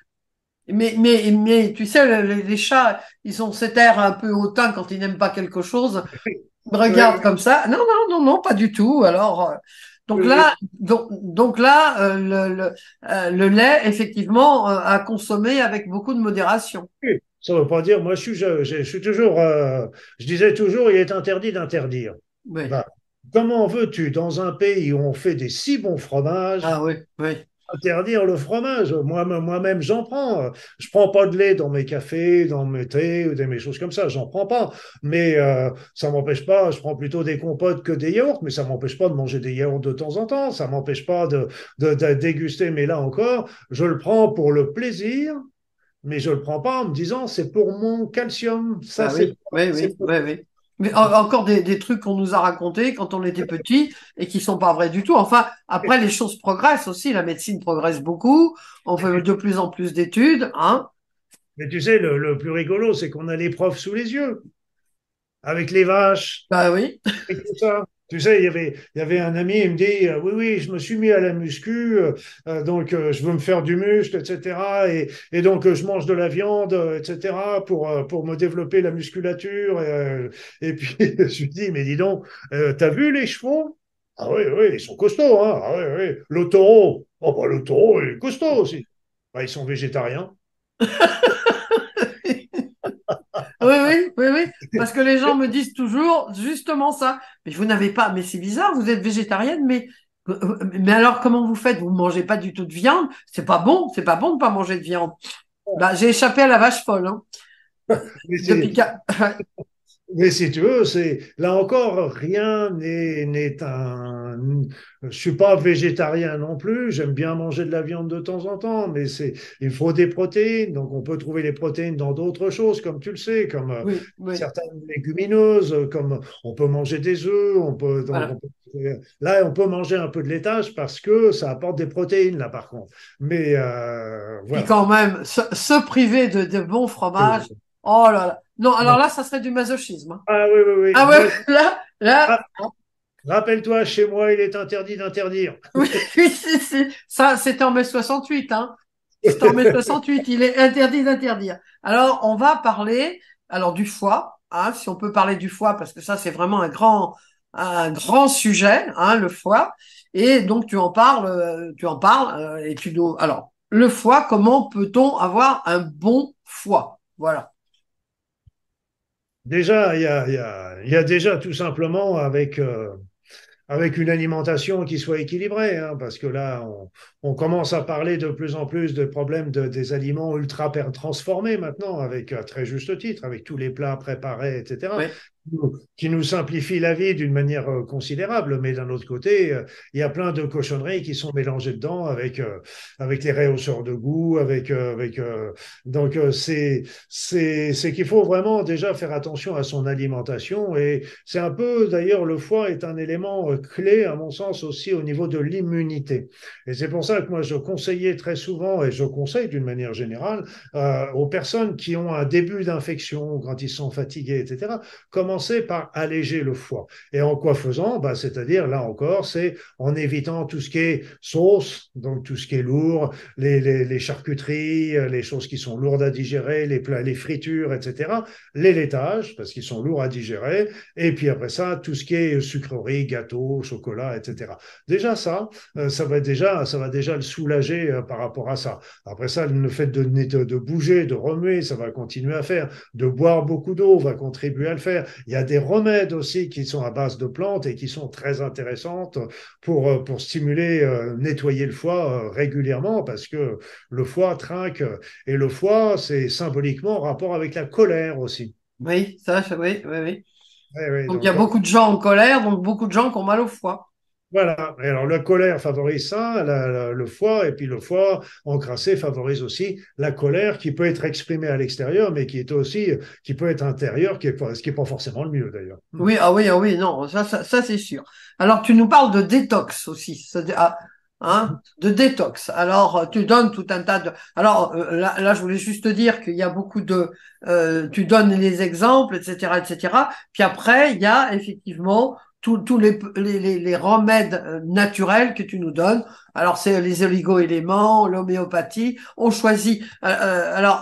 Mais tu sais, les chats, ils ont cet air un peu hautain quand ils n'aiment pas quelque chose. Ils me regardent comme ça. Non, non, non, non, pas du tout. Alors, donc là, le lait, effectivement, à consommer avec beaucoup de modération. Ça ne veut pas dire, moi je suis toujours, je disais toujours, il est interdit d'interdire. Oui. Ben, comment veux-tu, dans un pays où on fait des si bons fromages, Ah oui, oui. interdire le fromage? Moi-même, j'en prends. Je prends pas de lait dans mes cafés, dans mes thés ou mes choses comme ça. J'en prends pas. Mais ça m'empêche pas. Je prends plutôt des compotes que des yaourts, mais ça m'empêche pas de manger des yaourts de temps en temps. Ça m'empêche pas de déguster. Mais là encore, je le prends pour le plaisir, mais je le prends pas en me disant c'est pour mon calcium. Ça, Ah oui, oui, oui, oui, oui. Mais encore des trucs qu'on nous a racontés quand on était petit et qui sont pas vrais du tout. Enfin, après, les choses progressent aussi. La médecine progresse beaucoup. On fait de plus en plus d'études, hein. Mais tu sais, le plus rigolo, c'est qu'on a les profs sous les yeux, avec les vaches, Bah oui. et tout ça. Tu sais, il y avait un ami, il me dit, oui, oui, je me suis mis à la muscu, donc je veux me faire du muscle, etc. Et donc je mange de la viande, etc. pour me développer la musculature. Et puis je lui dis, mais dis donc, t'as vu les chevaux? Ah oui, oui, ils sont costauds, hein. Ah oui, oui. Le taureau, oh bah le taureau, il est costaud aussi. Bah, ils sont végétariens. Oui, oui, oui, oui. Parce que les gens me disent toujours justement ça. Mais vous n'avez pas, mais c'est bizarre, vous êtes végétarienne, mais alors comment vous faites? Vous ne mangez pas du tout de viande? C'est pas bon de pas manger de viande. Bah, j'ai échappé à la vache folle, hein. Mais Depuis c'est, que... Mais si tu veux, c'est là encore rien n'est un. Je suis pas végétarien non plus. J'aime bien manger de la viande de temps en temps, mais il faut des protéines. Donc on peut trouver les protéines dans d'autres choses, comme tu le sais, comme Oui, oui, certaines légumineuses, comme on peut manger des œufs. voilà. Là on peut manger un peu de laitage parce que ça apporte des protéines là par contre. Mais Puis voilà. quand même, se priver de bon fromage, oh là là. Non, alors Non. là, ça serait du masochisme, hein. Ah oui, oui, oui. Ah ouais, Moi, là, ah, rappelle-toi, chez moi, il est interdit d'interdire. oui, oui, ça, c'était en mai 68, hein. C'est en mai 68, il est interdit d'interdire. Alors, on va parler, alors du foie, hein, si on peut parler du foie, parce que ça, c'est vraiment un grand sujet, hein, le foie. Et donc, tu en parles, et tu dois, alors, le foie, comment peut-on avoir un bon foie? Voilà. Déjà, il y a déjà tout simplement avec une alimentation qui soit équilibrée, hein, parce que là, on commence à parler de plus en plus de problèmes des aliments ultra transformés maintenant, avec à très juste titre, avec tous les plats préparés, etc., Oui. qui nous simplifient la vie d'une manière considérable. Mais d'un autre côté, il y a plein de cochonneries qui sont mélangées dedans avec les rehausseurs de goût, donc c'est qu'il faut vraiment déjà faire attention à son alimentation et c'est un peu, d'ailleurs, le foie est un élément clé, à mon sens, aussi au niveau de l'immunité. Et c'est pour ça que moi, je conseillais très souvent, et je conseille d'une manière générale, aux personnes qui ont un début d'infection, quand ils sont fatigués, etc., commencer par alléger le foie. Et en quoi faisant? Bah, c'est-à-dire, là encore, c'est en évitant tout ce qui est sauce, donc tout ce qui est lourd, les charcuteries, les choses qui sont lourdes à digérer, les plats, les fritures, etc., les laitages, parce qu'ils sont lourds à digérer, et puis après ça, tout ce qui est sucreries, gâteaux, chocolat, etc. Déjà ça, ça va déjà le soulager par rapport à ça. Après ça, le fait de bouger, de remuer, ça va continuer à faire. De boire beaucoup d'eau va contribuer à le faire. Il y a des remèdes aussi qui sont à base de plantes et qui sont très intéressantes pour stimuler, nettoyer le foie régulièrement parce que le foie trinque et le foie, c'est symboliquement en rapport avec la colère aussi. Oui, oui, oui, oui. Oui, oui, Donc, il y a donc beaucoup de gens en colère, donc beaucoup de gens qui ont mal au foie. voilà. Et alors, la colère favorise ça, le foie, et puis le foie encrassé favorise aussi la colère qui peut être exprimée à l'extérieur, mais qui peut être intérieure, ce qui est pas forcément le mieux d'ailleurs. Oui, ah oui, non, ça c'est sûr. Alors, tu nous parles de détox aussi, de détox. Alors, tu donnes tout un tas de. Alors, là, je voulais juste te dire qu'il y a beaucoup de. Tu donnes les exemples, etc., etc. Puis après, il y a effectivement tous les remèdes naturels que tu nous donnes. Alors, c'est les oligo-éléments, l'homéopathie. On choisit. Alors,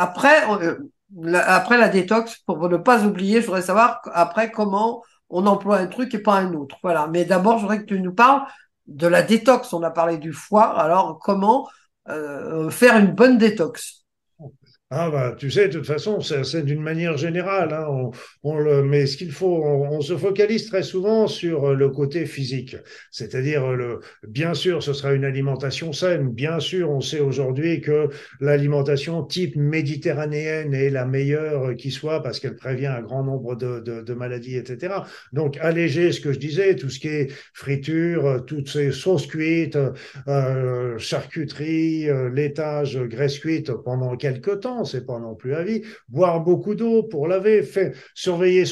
après la détox, pour ne pas oublier, je voudrais savoir après comment on emploie un truc et pas un autre. Voilà. Mais d'abord, je voudrais que tu nous parles de la détox. On a parlé du foie. Alors, comment faire une bonne détox? Ah bah, tu sais, de toute façon, c'est d'une manière générale, hein, mais ce qu'il faut, on se focalise très souvent sur le côté physique, c'est-à-dire bien sûr, ce sera une alimentation saine. Bien sûr, on sait aujourd'hui que l'alimentation type méditerranéenne est la meilleure qui soit parce qu'elle prévient un grand nombre de maladies, etc. Donc, alléger ce que je disais, tout ce qui est friture, toutes ces sauces cuites, charcuterie, laitage, graisse cuite pendant quelques temps temps, c'est pas non plus à vie. Boire beaucoup d'eau pour laver, surveiller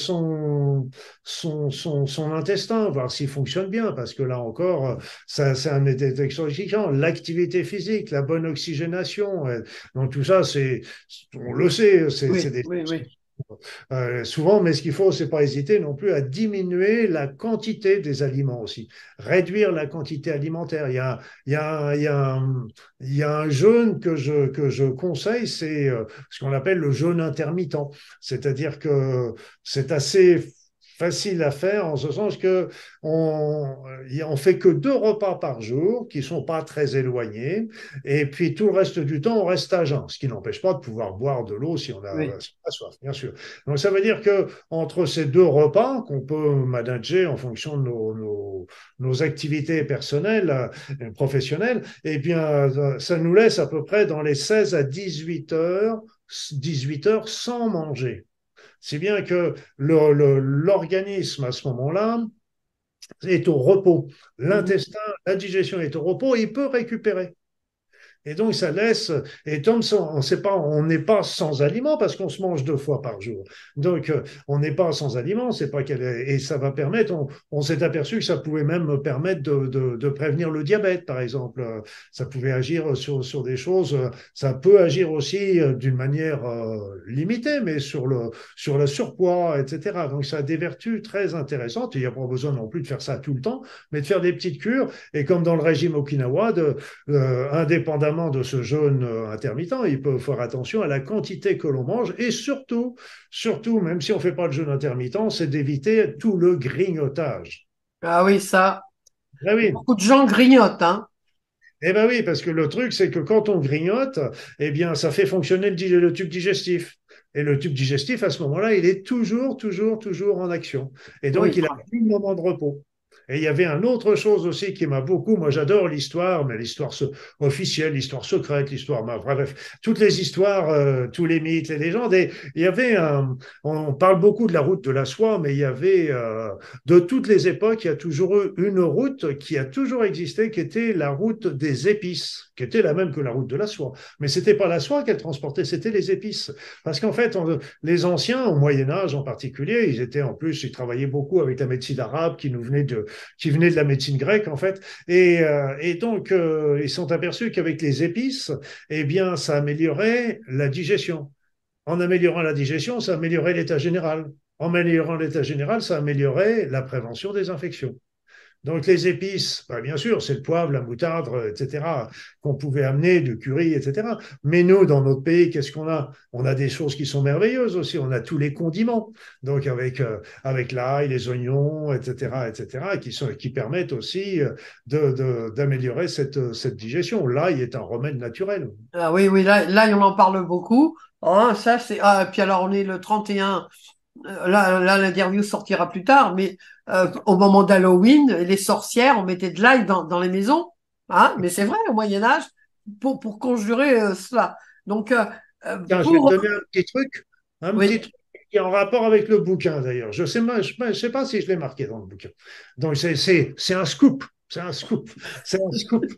son intestin, voir s'il fonctionne bien, parce que là encore, ça, c'est un détoxifiant. L'activité physique, la bonne oxygénation, donc tout ça, on le sait, c'est Oui, des oui, oui. souvent, mais ce qu'il faut, c'est pas hésiter non plus à diminuer la quantité des aliments aussi, réduire la quantité alimentaire. Il y a, il y a un, il y a un jeûne que je conseille, c'est ce qu'on appelle le jeûne intermittent. C'est-à-dire que c'est assez facile à faire en ce sens que on fait que 2 repas par jour qui sont pas très éloignés et puis tout le reste du temps on reste à jeun, ce qui n'empêche pas de pouvoir boire de l'eau Oui. si on a soif, bien sûr. Donc ça veut dire que entre ces 2 repas qu'on peut manager en fonction de nos activités personnelles, professionnelles, eh bien ça nous laisse à peu près dans les 16 à 18 heures sans manger. Si bien que l'organisme à ce moment-là est au repos. Mhm. L'intestin, la digestion est au repos et il peut récupérer. Et donc, ça laisse, et comme ça, on n'est pas sans aliments parce qu'on se mange 2 fois par jour. Donc, on n'est pas sans aliments, c'est pas et ça va permettre, on s'est aperçu que ça pouvait même permettre de prévenir le diabète, par exemple. Ça pouvait agir sur des choses, ça peut agir aussi d'une manière limitée, mais sur le surpoids, etc. Donc, ça a des vertus très intéressantes. Il n'y a pas besoin non plus de faire ça tout le temps, mais de faire des petites cures. Et comme dans le régime Okinawa, indépendamment de ce jeûne intermittent, il peut faire attention à la quantité que l'on mange et surtout, même si on ne fait pas le jeûne intermittent, c'est d'éviter tout le grignotage. Ah oui, ça, Ah oui, beaucoup de gens grignotent, hein. eh ben oui, parce que le truc, c'est que quand on grignote, eh bien, ça fait fonctionner le tube digestif. Et le tube digestif, à ce moment-là, il est toujours en action. Et Oui. donc, il a plus de moment de repos. Et il y avait une autre chose aussi qui m'a beaucoup, moi j'adore l'histoire, mais l'histoire officielle, l'histoire secrète, l'histoire, bref, toutes les histoires, tous les mythes, les légendes. Et il y avait on parle beaucoup de la route de la soie, mais il y avait, de toutes les époques, il y a toujours eu une route qui a toujours existé, qui était la route des épices, qui était la même que la route de la soie. Mais c'était pas la soie qu'elle transportait, c'était les épices. Parce qu'en fait, les anciens, au Moyen Âge en particulier, ils travaillaient beaucoup avec la médecine arabe qui venait de la médecine grecque en fait, et donc ils sont aperçus qu'avec les épices, eh bien, ça améliorait la digestion. En améliorant la digestion, ça améliorait l'état général. En améliorant l'état général, ça améliorait la prévention des infections. Donc les épices, bah, bien sûr, c'est le poivre, la moutarde, etc., qu'on pouvait amener, du curry, etc. Mais nous, dans notre pays, qu'est-ce qu'on a? On a des choses qui sont merveilleuses aussi. On a tous les condiments, donc avec l'ail, les oignons, etc., qui permettent aussi d'améliorer cette digestion. L'ail est un remède naturel. Ah oui, oui, là, on en parle beaucoup. Hein, ça, c'est. Ah, puis alors, on est le 31. Là, l'interview sortira plus tard, mais au moment d'Halloween, les sorcières, on mettait de l'ail dans les maisons. Hein, mais c'est vrai, au Moyen Âge, pour conjurer cela. Donc, Tiens, je vais te pour. donner un petit Oui. truc qui est en rapport avec le bouquin d'ailleurs. Je sais pas si je l'ai marqué dans le bouquin. Donc c'est un scoop. C'est un scoop. C'est un scoop.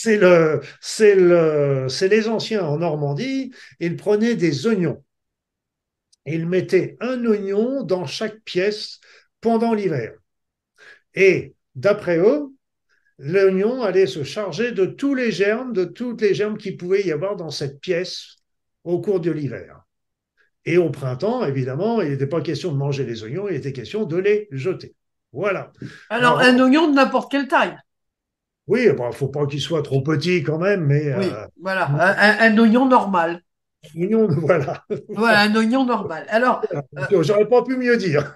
C'est les anciens en Normandie. Ils prenaient des oignons et ils mettaient un oignon dans chaque pièce pendant l'hiver. Et d'après eux, l'oignon allait se charger de toutes les germes qu'il pouvait y avoir dans cette pièce au cours de l'hiver. Et au printemps, évidemment, il n'était pas question de manger les oignons, il était question de les jeter. Voilà. Alors, Alors, un oignon de n'importe quelle taille. oui, il ne faut pas qu'il soit trop petit quand même, mais Oui, voilà, un oignon normal. oignon, voilà. Voilà, un oignon normal. Alors, euh, J'aurais pas pu mieux dire.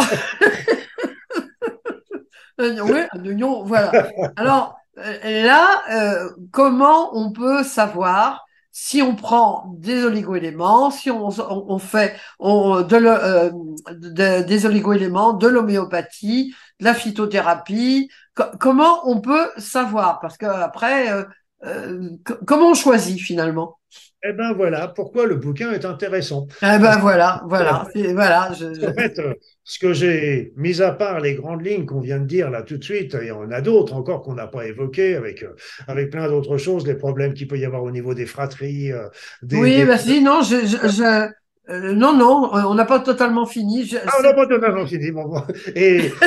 oui, un oignon, voilà. Alors là, comment on peut savoir si on prend des oligoéléments, si on fait des oligoéléments, de l'homéopathie, de la phytothérapie, comment on peut savoir? Parce que après, comment on choisit finalement? Eh ben voilà pourquoi le bouquin est intéressant. Eh Parce ben voilà, voilà, voilà. qu'en fait, ce que j'ai, mis à part les grandes lignes qu'on vient de dire là tout de suite, il y en a d'autres encore qu'on n'a pas évoquées, avec plein d'autres choses, les problèmes qu'il peut y avoir au niveau des fratries, Oui, des... bah si, non, non, non, on n'a pas totalement fini. Ah, on n'a pas totalement fini. Bon. Et,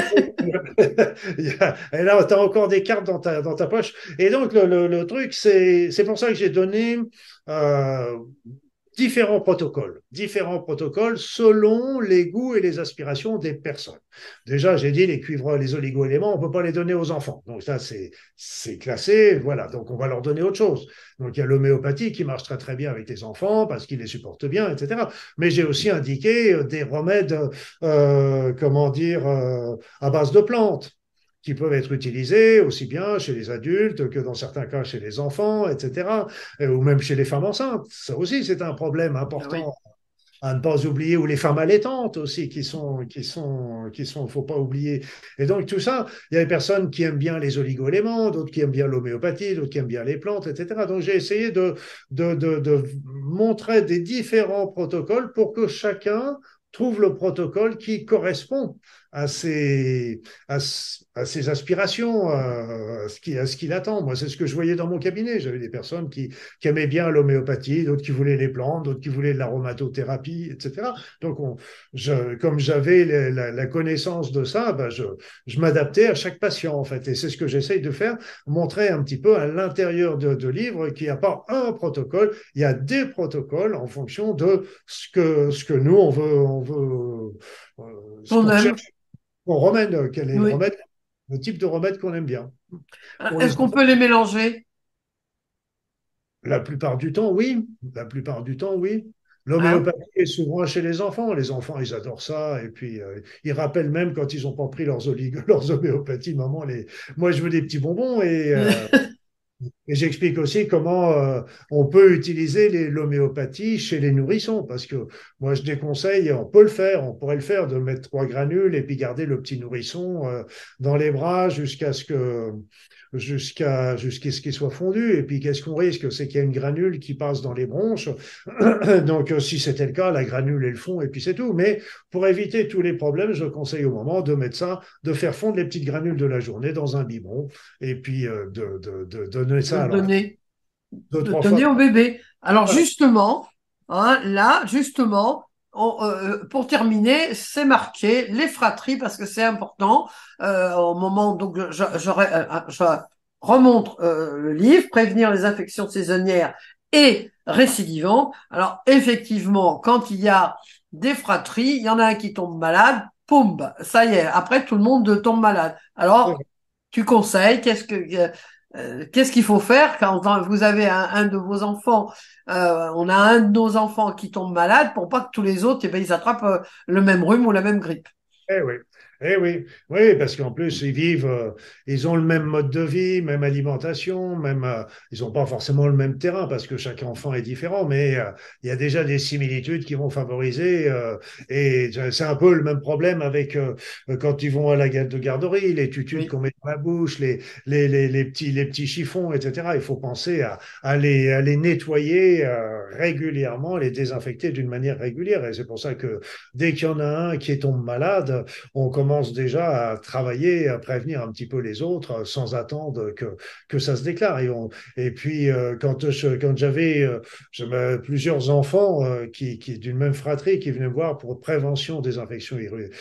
et là, tu as encore des cartes dans ta poche. Et donc, le truc, c'est pour ça que j'ai donné euh, différents protocoles selon les goûts et les aspirations des personnes. Déjà, j'ai dit les cuivres, les oligo-éléments, on ne peut pas les donner aux enfants. Donc ça, c'est classé, voilà. Donc on va leur donner autre chose. Donc il y a l'homéopathie qui marche très très bien avec les enfants parce qu'ils les supportent bien, etc. Mais j'ai aussi indiqué des remèdes, comment dire, à base de plantes qui peuvent être utilisés aussi bien chez les adultes que dans certains cas chez les enfants, etc., ou même chez les femmes enceintes. Ça aussi, c'est un problème Ah oui. important à ne pas oublier, ou les femmes allaitantes aussi, faut pas oublier. Et donc, tout ça, il y a des personnes qui aiment bien les oligo-éléments, d'autres qui aiment bien l'homéopathie, d'autres qui aiment bien les plantes, etc. Donc, j'ai essayé de montrer des différents protocoles pour que chacun trouve le protocole qui correspond à à ses aspirations, à ce qu'il attend. Moi, c'est ce que je voyais dans mon cabinet. J'avais des personnes qui aimaient bien l'homéopathie, d'autres qui voulaient les plantes, d'autres qui voulaient de l'aromatothérapie, etc. Donc, comme j'avais la connaissance de ça, ben je m'adaptais à chaque patient, en fait. Et c'est ce que j'essaye de faire, montrer un petit peu à l'intérieur de livres qu'il n'y a pas un protocole, il y a des protocoles en fonction de ce que nous, ce On qu'on aime. recherche, qu'on remède, quel est Oui. le type de remède qu'on aime bien. Pour les Est-ce qu'on peut les mélanger? La plupart du temps, oui. La plupart du temps, oui. Hein? L'homéopathie est souvent chez les enfants. Les enfants, ils adorent ça. Et puis, ils rappellent même quand ils n'ont pas pris leurs homéopathies. Maman, moi, je veux des petits bonbons. Et j'explique aussi comment on peut utiliser l'homéopathie chez les nourrissons. Parce que moi, je déconseille, on peut le faire, on pourrait le faire, de mettre 3 granules et puis garder le petit nourrisson dans les bras jusqu'à ce qu'il soit fondu. Et puis, qu'est-ce qu'on risque? C'est qu'il y a une granule qui passe dans les bronches. Donc, si c'était le cas, la granule et le fond, et puis c'est tout. Mais pour éviter tous les problèmes, je conseille au moment de mettre ça, de faire fondre les petites granules de la journée dans un biberon, et puis de donner De ça à l'enfant donner, deux, de trois fois donner au par bébé. Alors jour. justement, hein, là, justement, pour terminer, c'est marqué les fratries parce que c'est important. Au moment, donc, je remonte le livre, prévenir les infections saisonnières et récidivantes. Alors effectivement, quand il y a des fratries, il y en a un qui tombe malade, poum, ça y est. Après, tout le monde tombe malade. Alors, tu conseilles, qu'est-ce qu'il faut faire quand vous avez un de vos enfants, on a un de nos enfants qui tombe malade pour pas que tous les autres, eh ben, ils attrapent le même rhume ou la même grippe. Eh oui, eh oui, oui, parce qu'en plus, ils ont le même mode de vie, même alimentation, ils n'ont pas forcément le même terrain parce que chaque enfant est différent, mais il y a déjà des similitudes qui vont favoriser, et c'est un peu le même problème avec quand ils vont à la garde de garderie, les tutus Oui. qu'on met dans la bouche, les petits chiffons, etc. Il faut penser à les nettoyer régulièrement, les désinfecter d'une manière régulière, et c'est pour ça que dès qu'il y en a un qui tombe malade, on commence déjà à travailler, à prévenir un petit peu les autres sans attendre que ça se déclare. Et puis, quand j'avais plusieurs enfants d'une même fratrie qui venaient me voir pour prévention des infections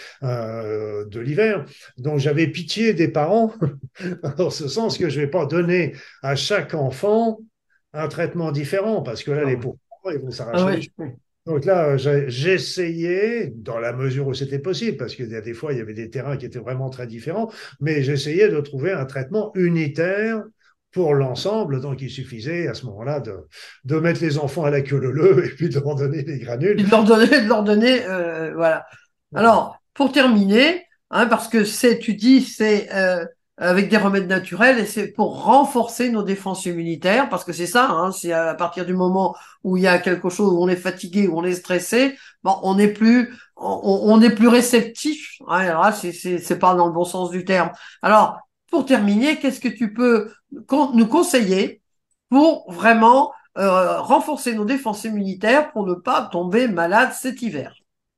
de l'hiver, donc j'avais pitié des parents, en ce sens que je ne vais pas donner à chaque enfant un traitement différent, parce que là, les Non. pauvres parents, ils vont Ah s'arracher les oui. cheveux. Donc là, j'essayais, dans la mesure où c'était possible, parce que des fois, il y avait des terrains qui étaient vraiment très différents, mais j'essayais de trouver un traitement unitaire pour l'ensemble. Donc, il suffisait à ce moment-là de mettre les enfants à la queue leu et puis de leur donner des granules. Et de leur donner, voilà. Alors, pour terminer, hein, parce que tu dis, c'est avec des remèdes naturels et c'est pour renforcer nos défenses immunitaires, parce que c'est ça, hein, c'est à partir du moment où il y a quelque chose, où on est fatigué, où on est stressé, bon, on est plus réceptif. Hein, alors là, c'est pas dans le bon sens du terme. Alors, pour terminer, qu'est-ce que tu peux nous conseiller pour vraiment renforcer nos défenses immunitaires pour ne pas tomber malade cet hiver?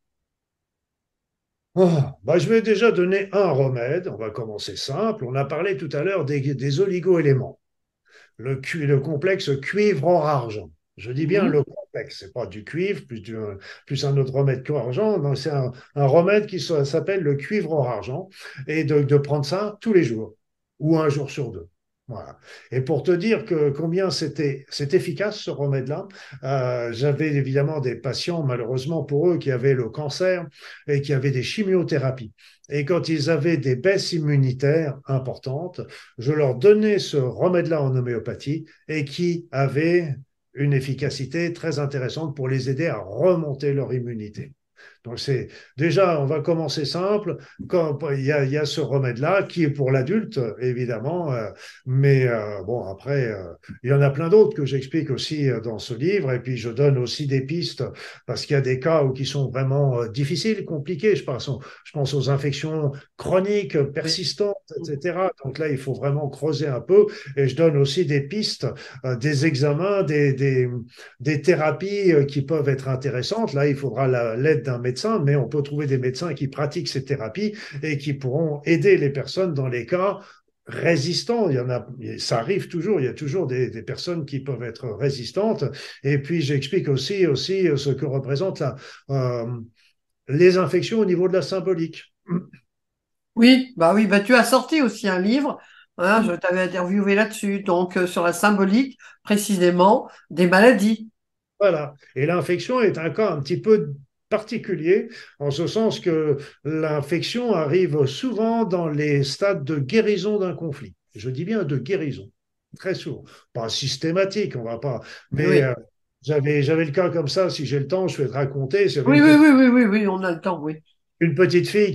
Oh, bah, je vais déjà donner un remède. On va commencer simple. On a parlé tout à l'heure des oligo-éléments. Le complexe cuivre-or-argent. Je dis bien Mhm. le complexe, c'est pas du cuivre, plus un autre remède qu'argent. Non, c'est un remède qui s'appelle le cuivre-or-argent et de prendre ça tous les jours ou un jour sur deux. Voilà. Et pour te dire que combien c'est efficace ce remède-là, j'avais évidemment des patients, malheureusement pour eux, qui avaient le cancer et qui avaient des chimiothérapies. Et quand ils avaient des baisses immunitaires importantes, je leur donnais ce remède-là en homéopathie et qui avait une efficacité très intéressante pour les aider à remonter leur immunité. Donc c'est déjà, on va commencer simple. Quand il y a ce remède-là qui est pour l'adulte, évidemment, mais bon après, il y en a plein d'autres que j'explique aussi dans ce livre. Et puis je donne aussi des pistes parce qu'il y a des cas où qui sont vraiment difficiles, compliqués. Je pense aux infections chroniques, Oui. persistantes, etc. Donc là, il faut vraiment creuser un peu. Et je donne aussi des pistes, des examens, des thérapies qui peuvent être intéressantes. Là, il faudra l'aide d'un médecin, mais on peut trouver des médecins qui pratiquent ces thérapies et qui pourront aider les personnes dans les cas résistants. Il y en a, ça arrive toujours. Il y a toujours des personnes qui peuvent être résistantes. Et puis, j'explique aussi ce que représente les infections au niveau de la symbolique. Oui, bah oui, bah tu as sorti aussi un livre, hein, je t'avais interviewé là-dessus, donc sur la symbolique précisément des maladies. Voilà. Et l'infection est un cas un petit peu particulier, en ce sens que l'infection arrive souvent dans les stades de guérison d'un conflit. Je dis bien de guérison, très souvent. Pas systématique, on va pas. Mais Oui. j'avais le cas comme ça, si j'ai le temps, je vais te raconter. J'avais Oui, oui, oui, oui, oui, oui, on a le temps, oui. une petite fille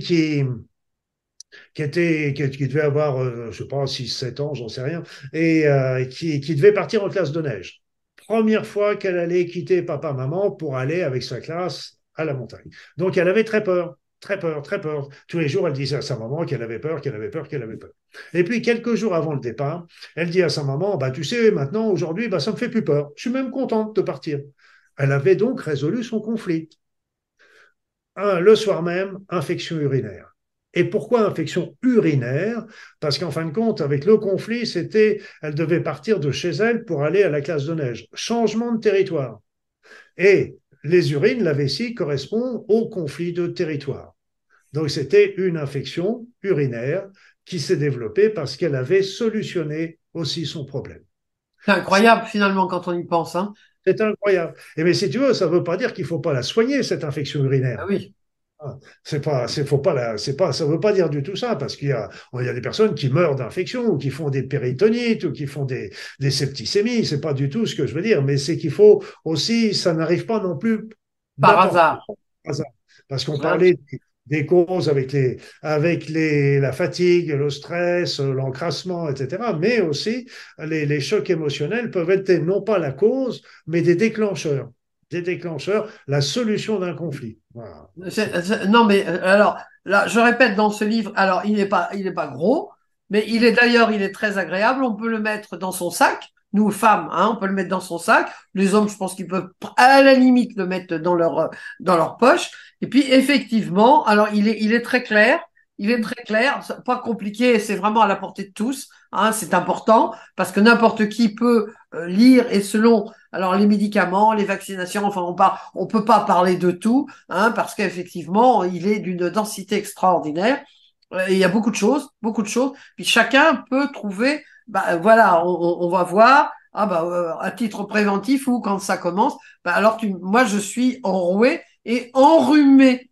qui devait avoir, je sais pas, 6 7 ans, j'en sais rien, et qui devait partir en classe de neige. Première fois qu'elle allait quitter papa-maman pour aller avec sa classe à la montagne. Donc elle avait très peur, très peur, très peur. Tous les jours, elle disait à sa maman qu'elle avait peur, qu'elle avait peur, qu'elle avait peur. Et puis quelques jours avant le départ, elle dit à sa maman, bah tu sais, maintenant, aujourd'hui, bah ça me fait plus peur. Je suis même contente de partir. Elle avait donc résolu son conflit. Le soir même, infection urinaire. Et pourquoi infection urinaire? Parce qu'en fin de compte, avec le conflit, elle devait partir de chez elle pour aller à la classe de neige. Changement de territoire. Et les urines, la vessie correspond au conflit de territoire. Donc c'était une infection urinaire qui s'est développée parce qu'elle avait solutionné aussi son problème. C'est incroyable finalement quand on y pense, hein. C'est incroyable. Et mais si tu veux, ça ne veut pas dire qu'il ne faut pas la soigner, cette infection Ah urinaire. oui. Ah, faut pas ça veut pas dire du tout ça, parce il y a des personnes qui meurent d'infection, ou qui font des péritonites, ou qui font des septicémies. C'est pas du tout ce que je veux dire, mais c'est qu'il faut aussi, ça n'arrive pas non plus Par n'importe hasard, quoi, par hasard. Parce qu'on hein. parlait des causes la fatigue, le stress, l'encrassement, etc. Mais aussi, les chocs émotionnels peuvent être non pas la cause, mais des déclencheurs. Des déclencheurs, la solution d'un conflit. Voilà. Non, mais alors, là, je répète dans ce livre, alors il n'est pas gros, mais il est très agréable. On peut le mettre dans son sac. Nous, femmes, hein, on peut le mettre dans son sac. Les hommes, je pense qu'ils peuvent, à la limite, le mettre dans leur poche. Et puis, effectivement, alors, il est très clair. Il est très clair, c'est pas compliqué, c'est vraiment à la portée de tous. Hein, c'est important parce que n'importe qui peut lire et selon, alors les médicaments, les vaccinations, enfin, on peut pas parler de tout hein, parce qu'effectivement, il est d'une densité extraordinaire. Et il y a beaucoup de choses, beaucoup de choses. Puis chacun peut trouver, bah, voilà, on va voir, ah bah, à titre préventif ou quand ça commence, bah, alors moi je suis enroué et enrhumé.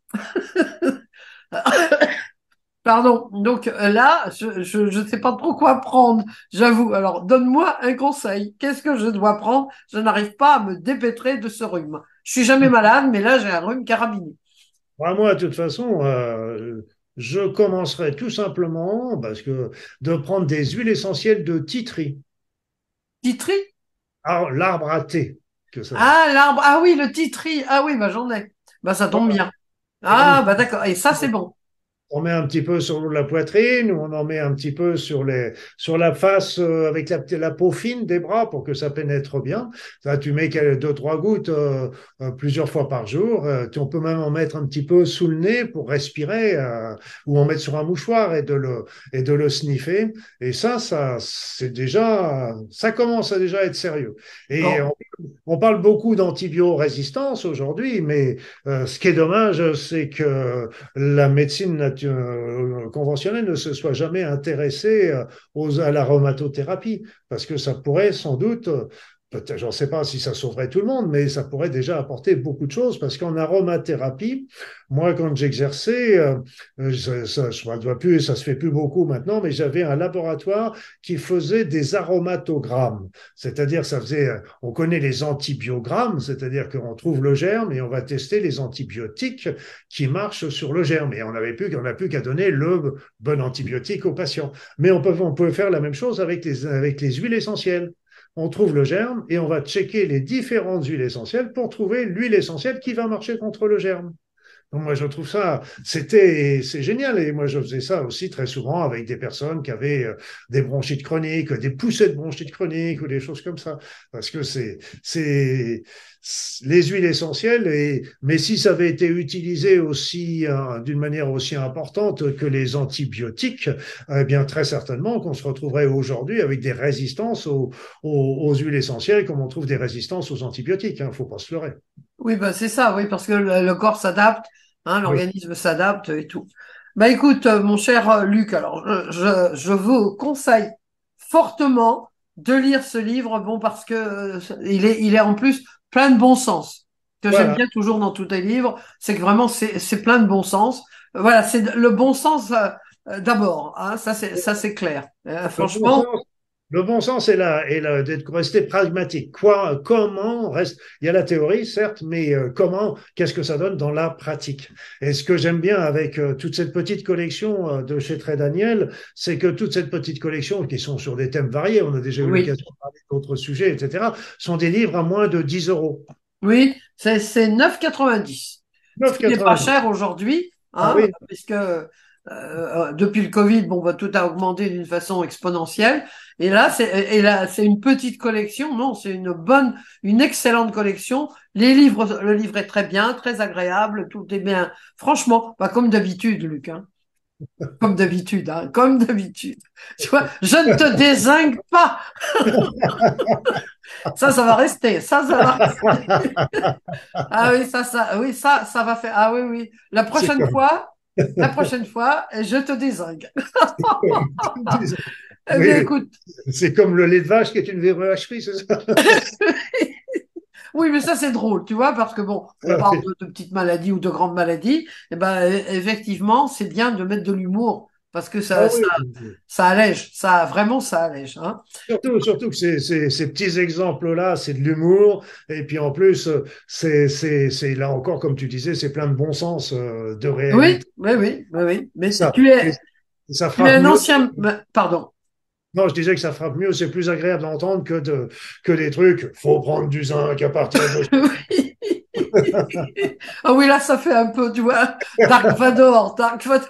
Pardon. Donc là, je ne sais pas trop quoi prendre, j'avoue. Alors donne-moi un conseil. Qu'est-ce que je dois prendre? Je n'arrive pas à me dépêtrer de ce rhume. Je suis jamais malade, mais là j'ai un rhume carabiné. Moi, de toute façon, je commencerai tout simplement de prendre des huiles essentielles de titri. Titri? Ah, l'arbre à thé, que ça. Ah, l'arbre. Ah oui, le titri. Ah oui, bah j'en ai. Bah ça tombe Voilà. bien. Et donc, Ah bah d'accord. Et ça c'est bon. On met un petit peu sur la poitrine, ou on en met un petit peu sur la face avec la peau fine des bras pour que ça pénètre bien. Ça, tu mets deux, trois gouttes plusieurs fois par jour. On peut même en mettre un petit peu sous le nez pour respirer, ou en mettre sur un mouchoir et de le sniffer. Et c'est déjà, ça commence à déjà être sérieux. Et Bon. on parle beaucoup d'antibiorésistance aujourd'hui, mais ce qui est dommage, c'est que la médecine conventionnelle ne se soit jamais intéressée à l'aromathérapie, parce que ça pourrait sans doute, peut-être, j'en sais pas si ça sauverait tout le monde, mais ça pourrait déjà apporter beaucoup de choses, parce qu'en aromathérapie, moi, quand j'exerçais, ça doit plus, ça se fait plus beaucoup maintenant, mais j'avais un laboratoire qui faisait des aromatogrammes, c'est-à-dire on connaît les antibiogrammes, c'est-à-dire qu'on trouve le germe et on va tester les antibiotiques qui marchent sur le germe. Et on n'a plus qu'à donner le bon antibiotique au patient. Mais on peut faire la même chose avec avec les huiles essentielles. On trouve le germe et on va checker les différentes huiles essentielles pour trouver l'huile essentielle qui va marcher contre le germe. Donc moi, je trouve c'est génial. Et moi, je faisais ça aussi très souvent avec des personnes qui avaient des bronchites chroniques, des poussées de bronchites chroniques ou des choses comme ça. Parce que c'est les huiles essentielles. Mais si ça avait été utilisé aussi d'une manière aussi importante que les antibiotiques, eh bien très certainement qu'on se retrouverait aujourd'hui avec des résistances aux huiles essentielles, comme on trouve des résistances aux antibiotiques. Hein, faut pas se leurrer. Oui, bah c'est ça, oui, parce que le corps s'adapte, hein, Oui. l'organisme s'adapte et tout. Bah écoute, mon cher Luc, alors je vous conseille fortement de lire ce livre, bon, parce que il est en plus plein de bon sens. Ce que j'aime Voilà. bien toujours dans tous tes livres, c'est que vraiment c'est plein de bon sens. Voilà, c'est le bon sens d'abord, hein, ça c'est clair. Le bon Franchement, sens, le bon sens est là d'être resté pragmatique. Comment reste, il y a la théorie, certes, mais qu'est-ce que ça donne dans la pratique? Et ce que j'aime bien avec toute cette petite collection de chez Très Daniel, c'est que toute cette petite collection, qui sont sur des thèmes variés, on a déjà eu oui, l'occasion de parler d'autres sujets, etc., sont des livres à moins de 10 euros. oui, c'est 9,90. Ce qui n'est pas 9,90. cher aujourd'hui, Ah hein, oui, puisque depuis le Covid, bon, bah, tout a augmenté d'une façon exponentielle. Et là, c'est une petite collection. Non, c'est une excellente collection. Le livre est très bien, très agréable, tout est bien. Franchement, pas comme d'habitude, Luc, hein. Comme d'habitude, hein, comme d'habitude. Tu vois, je ne te dézingue pas. Ça va rester. Ça va rester. Ah oui, oui, ça va faire. Ah oui, oui. c'est comme, La prochaine fois, je te dézingue. Eh bien, oui, écoute, c'est comme le lait de vache qui est une vacherie, c'est ça? oui, mais ça c'est drôle, tu vois, parce que bon, on parle de petites maladies ou de grandes maladies. Eh ben, effectivement, c'est bien de mettre de l'humour parce que Ah oui, ça allège, ça allège, hein. surtout que ces petits exemples-là, c'est de l'humour. Et puis en plus, c'est là encore, comme tu disais, c'est plein de bon sens, de Oui, réalité. oui, oui, oui, oui. Mais Ça, et ça tu es frappe un mieux. ancien, pardon. Non, je disais que ça frappe mieux, c'est plus agréable d'entendre que des trucs. Faut prendre du zinc à partir de. Oui. Ah oui, là, ça fait un peu, tu vois, Dark Vador, Dark Vador.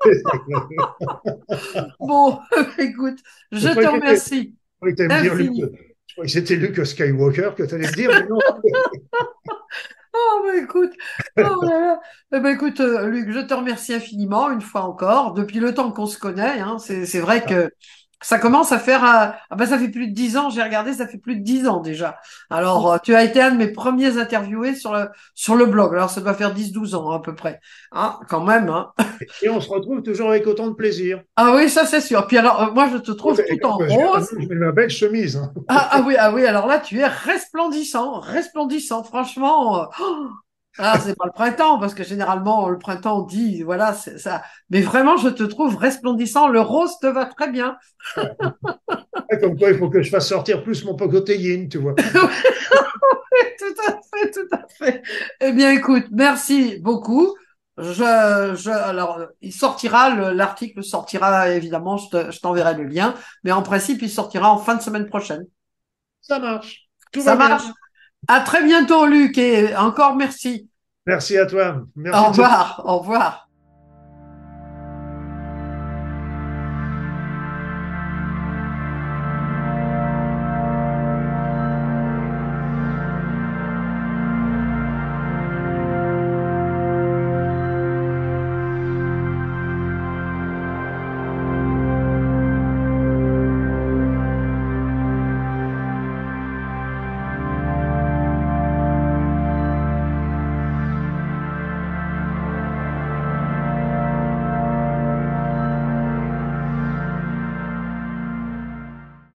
Bon, écoute, Je je te croyais que remercie tu allais me dire Luke. infini. Je croyais que c'était Luke Skywalker que tu allais me dire, mais non. Oh, bah écoute, oh là là. Eh ben, écoute, Luc, je te remercie infiniment, une fois encore, depuis le temps qu'on se connaît, hein, c'est vrai que ça commence à faire, ah ben, ça fait plus de 10 ans, j'ai regardé, ça fait plus de 10 ans déjà. Alors, tu as été un de mes premiers interviewés sur le blog, alors ça doit faire 10 12 ans à peu près. Hein, quand même, hein. Et on se retrouve toujours avec autant de plaisir. Ah oui, ça c'est sûr. Puis alors, moi, je te Oh, trouve tout en maintenant, rose. je mets ma belle chemise. Hein. Ah oui, alors là, tu es resplendissant, resplendissant, franchement. Ah, c'est pas le printemps, parce que généralement, le printemps, on dit, voilà, c'est ça. Mais vraiment, je te trouve resplendissant. Le rose te va très bien. Comme quoi, il faut que je fasse sortir plus mon côté yin, tu vois. Tout à fait, tout à fait. Eh bien, écoute, merci beaucoup. Alors, l'article sortira, évidemment, je t'enverrai le lien, mais en principe, il sortira en fin de semaine prochaine. Ça marche. Tout Ça va bien. marche. À très bientôt, Luc, et encore merci. Merci à toi. Au Merci de cette revoir, au revoir.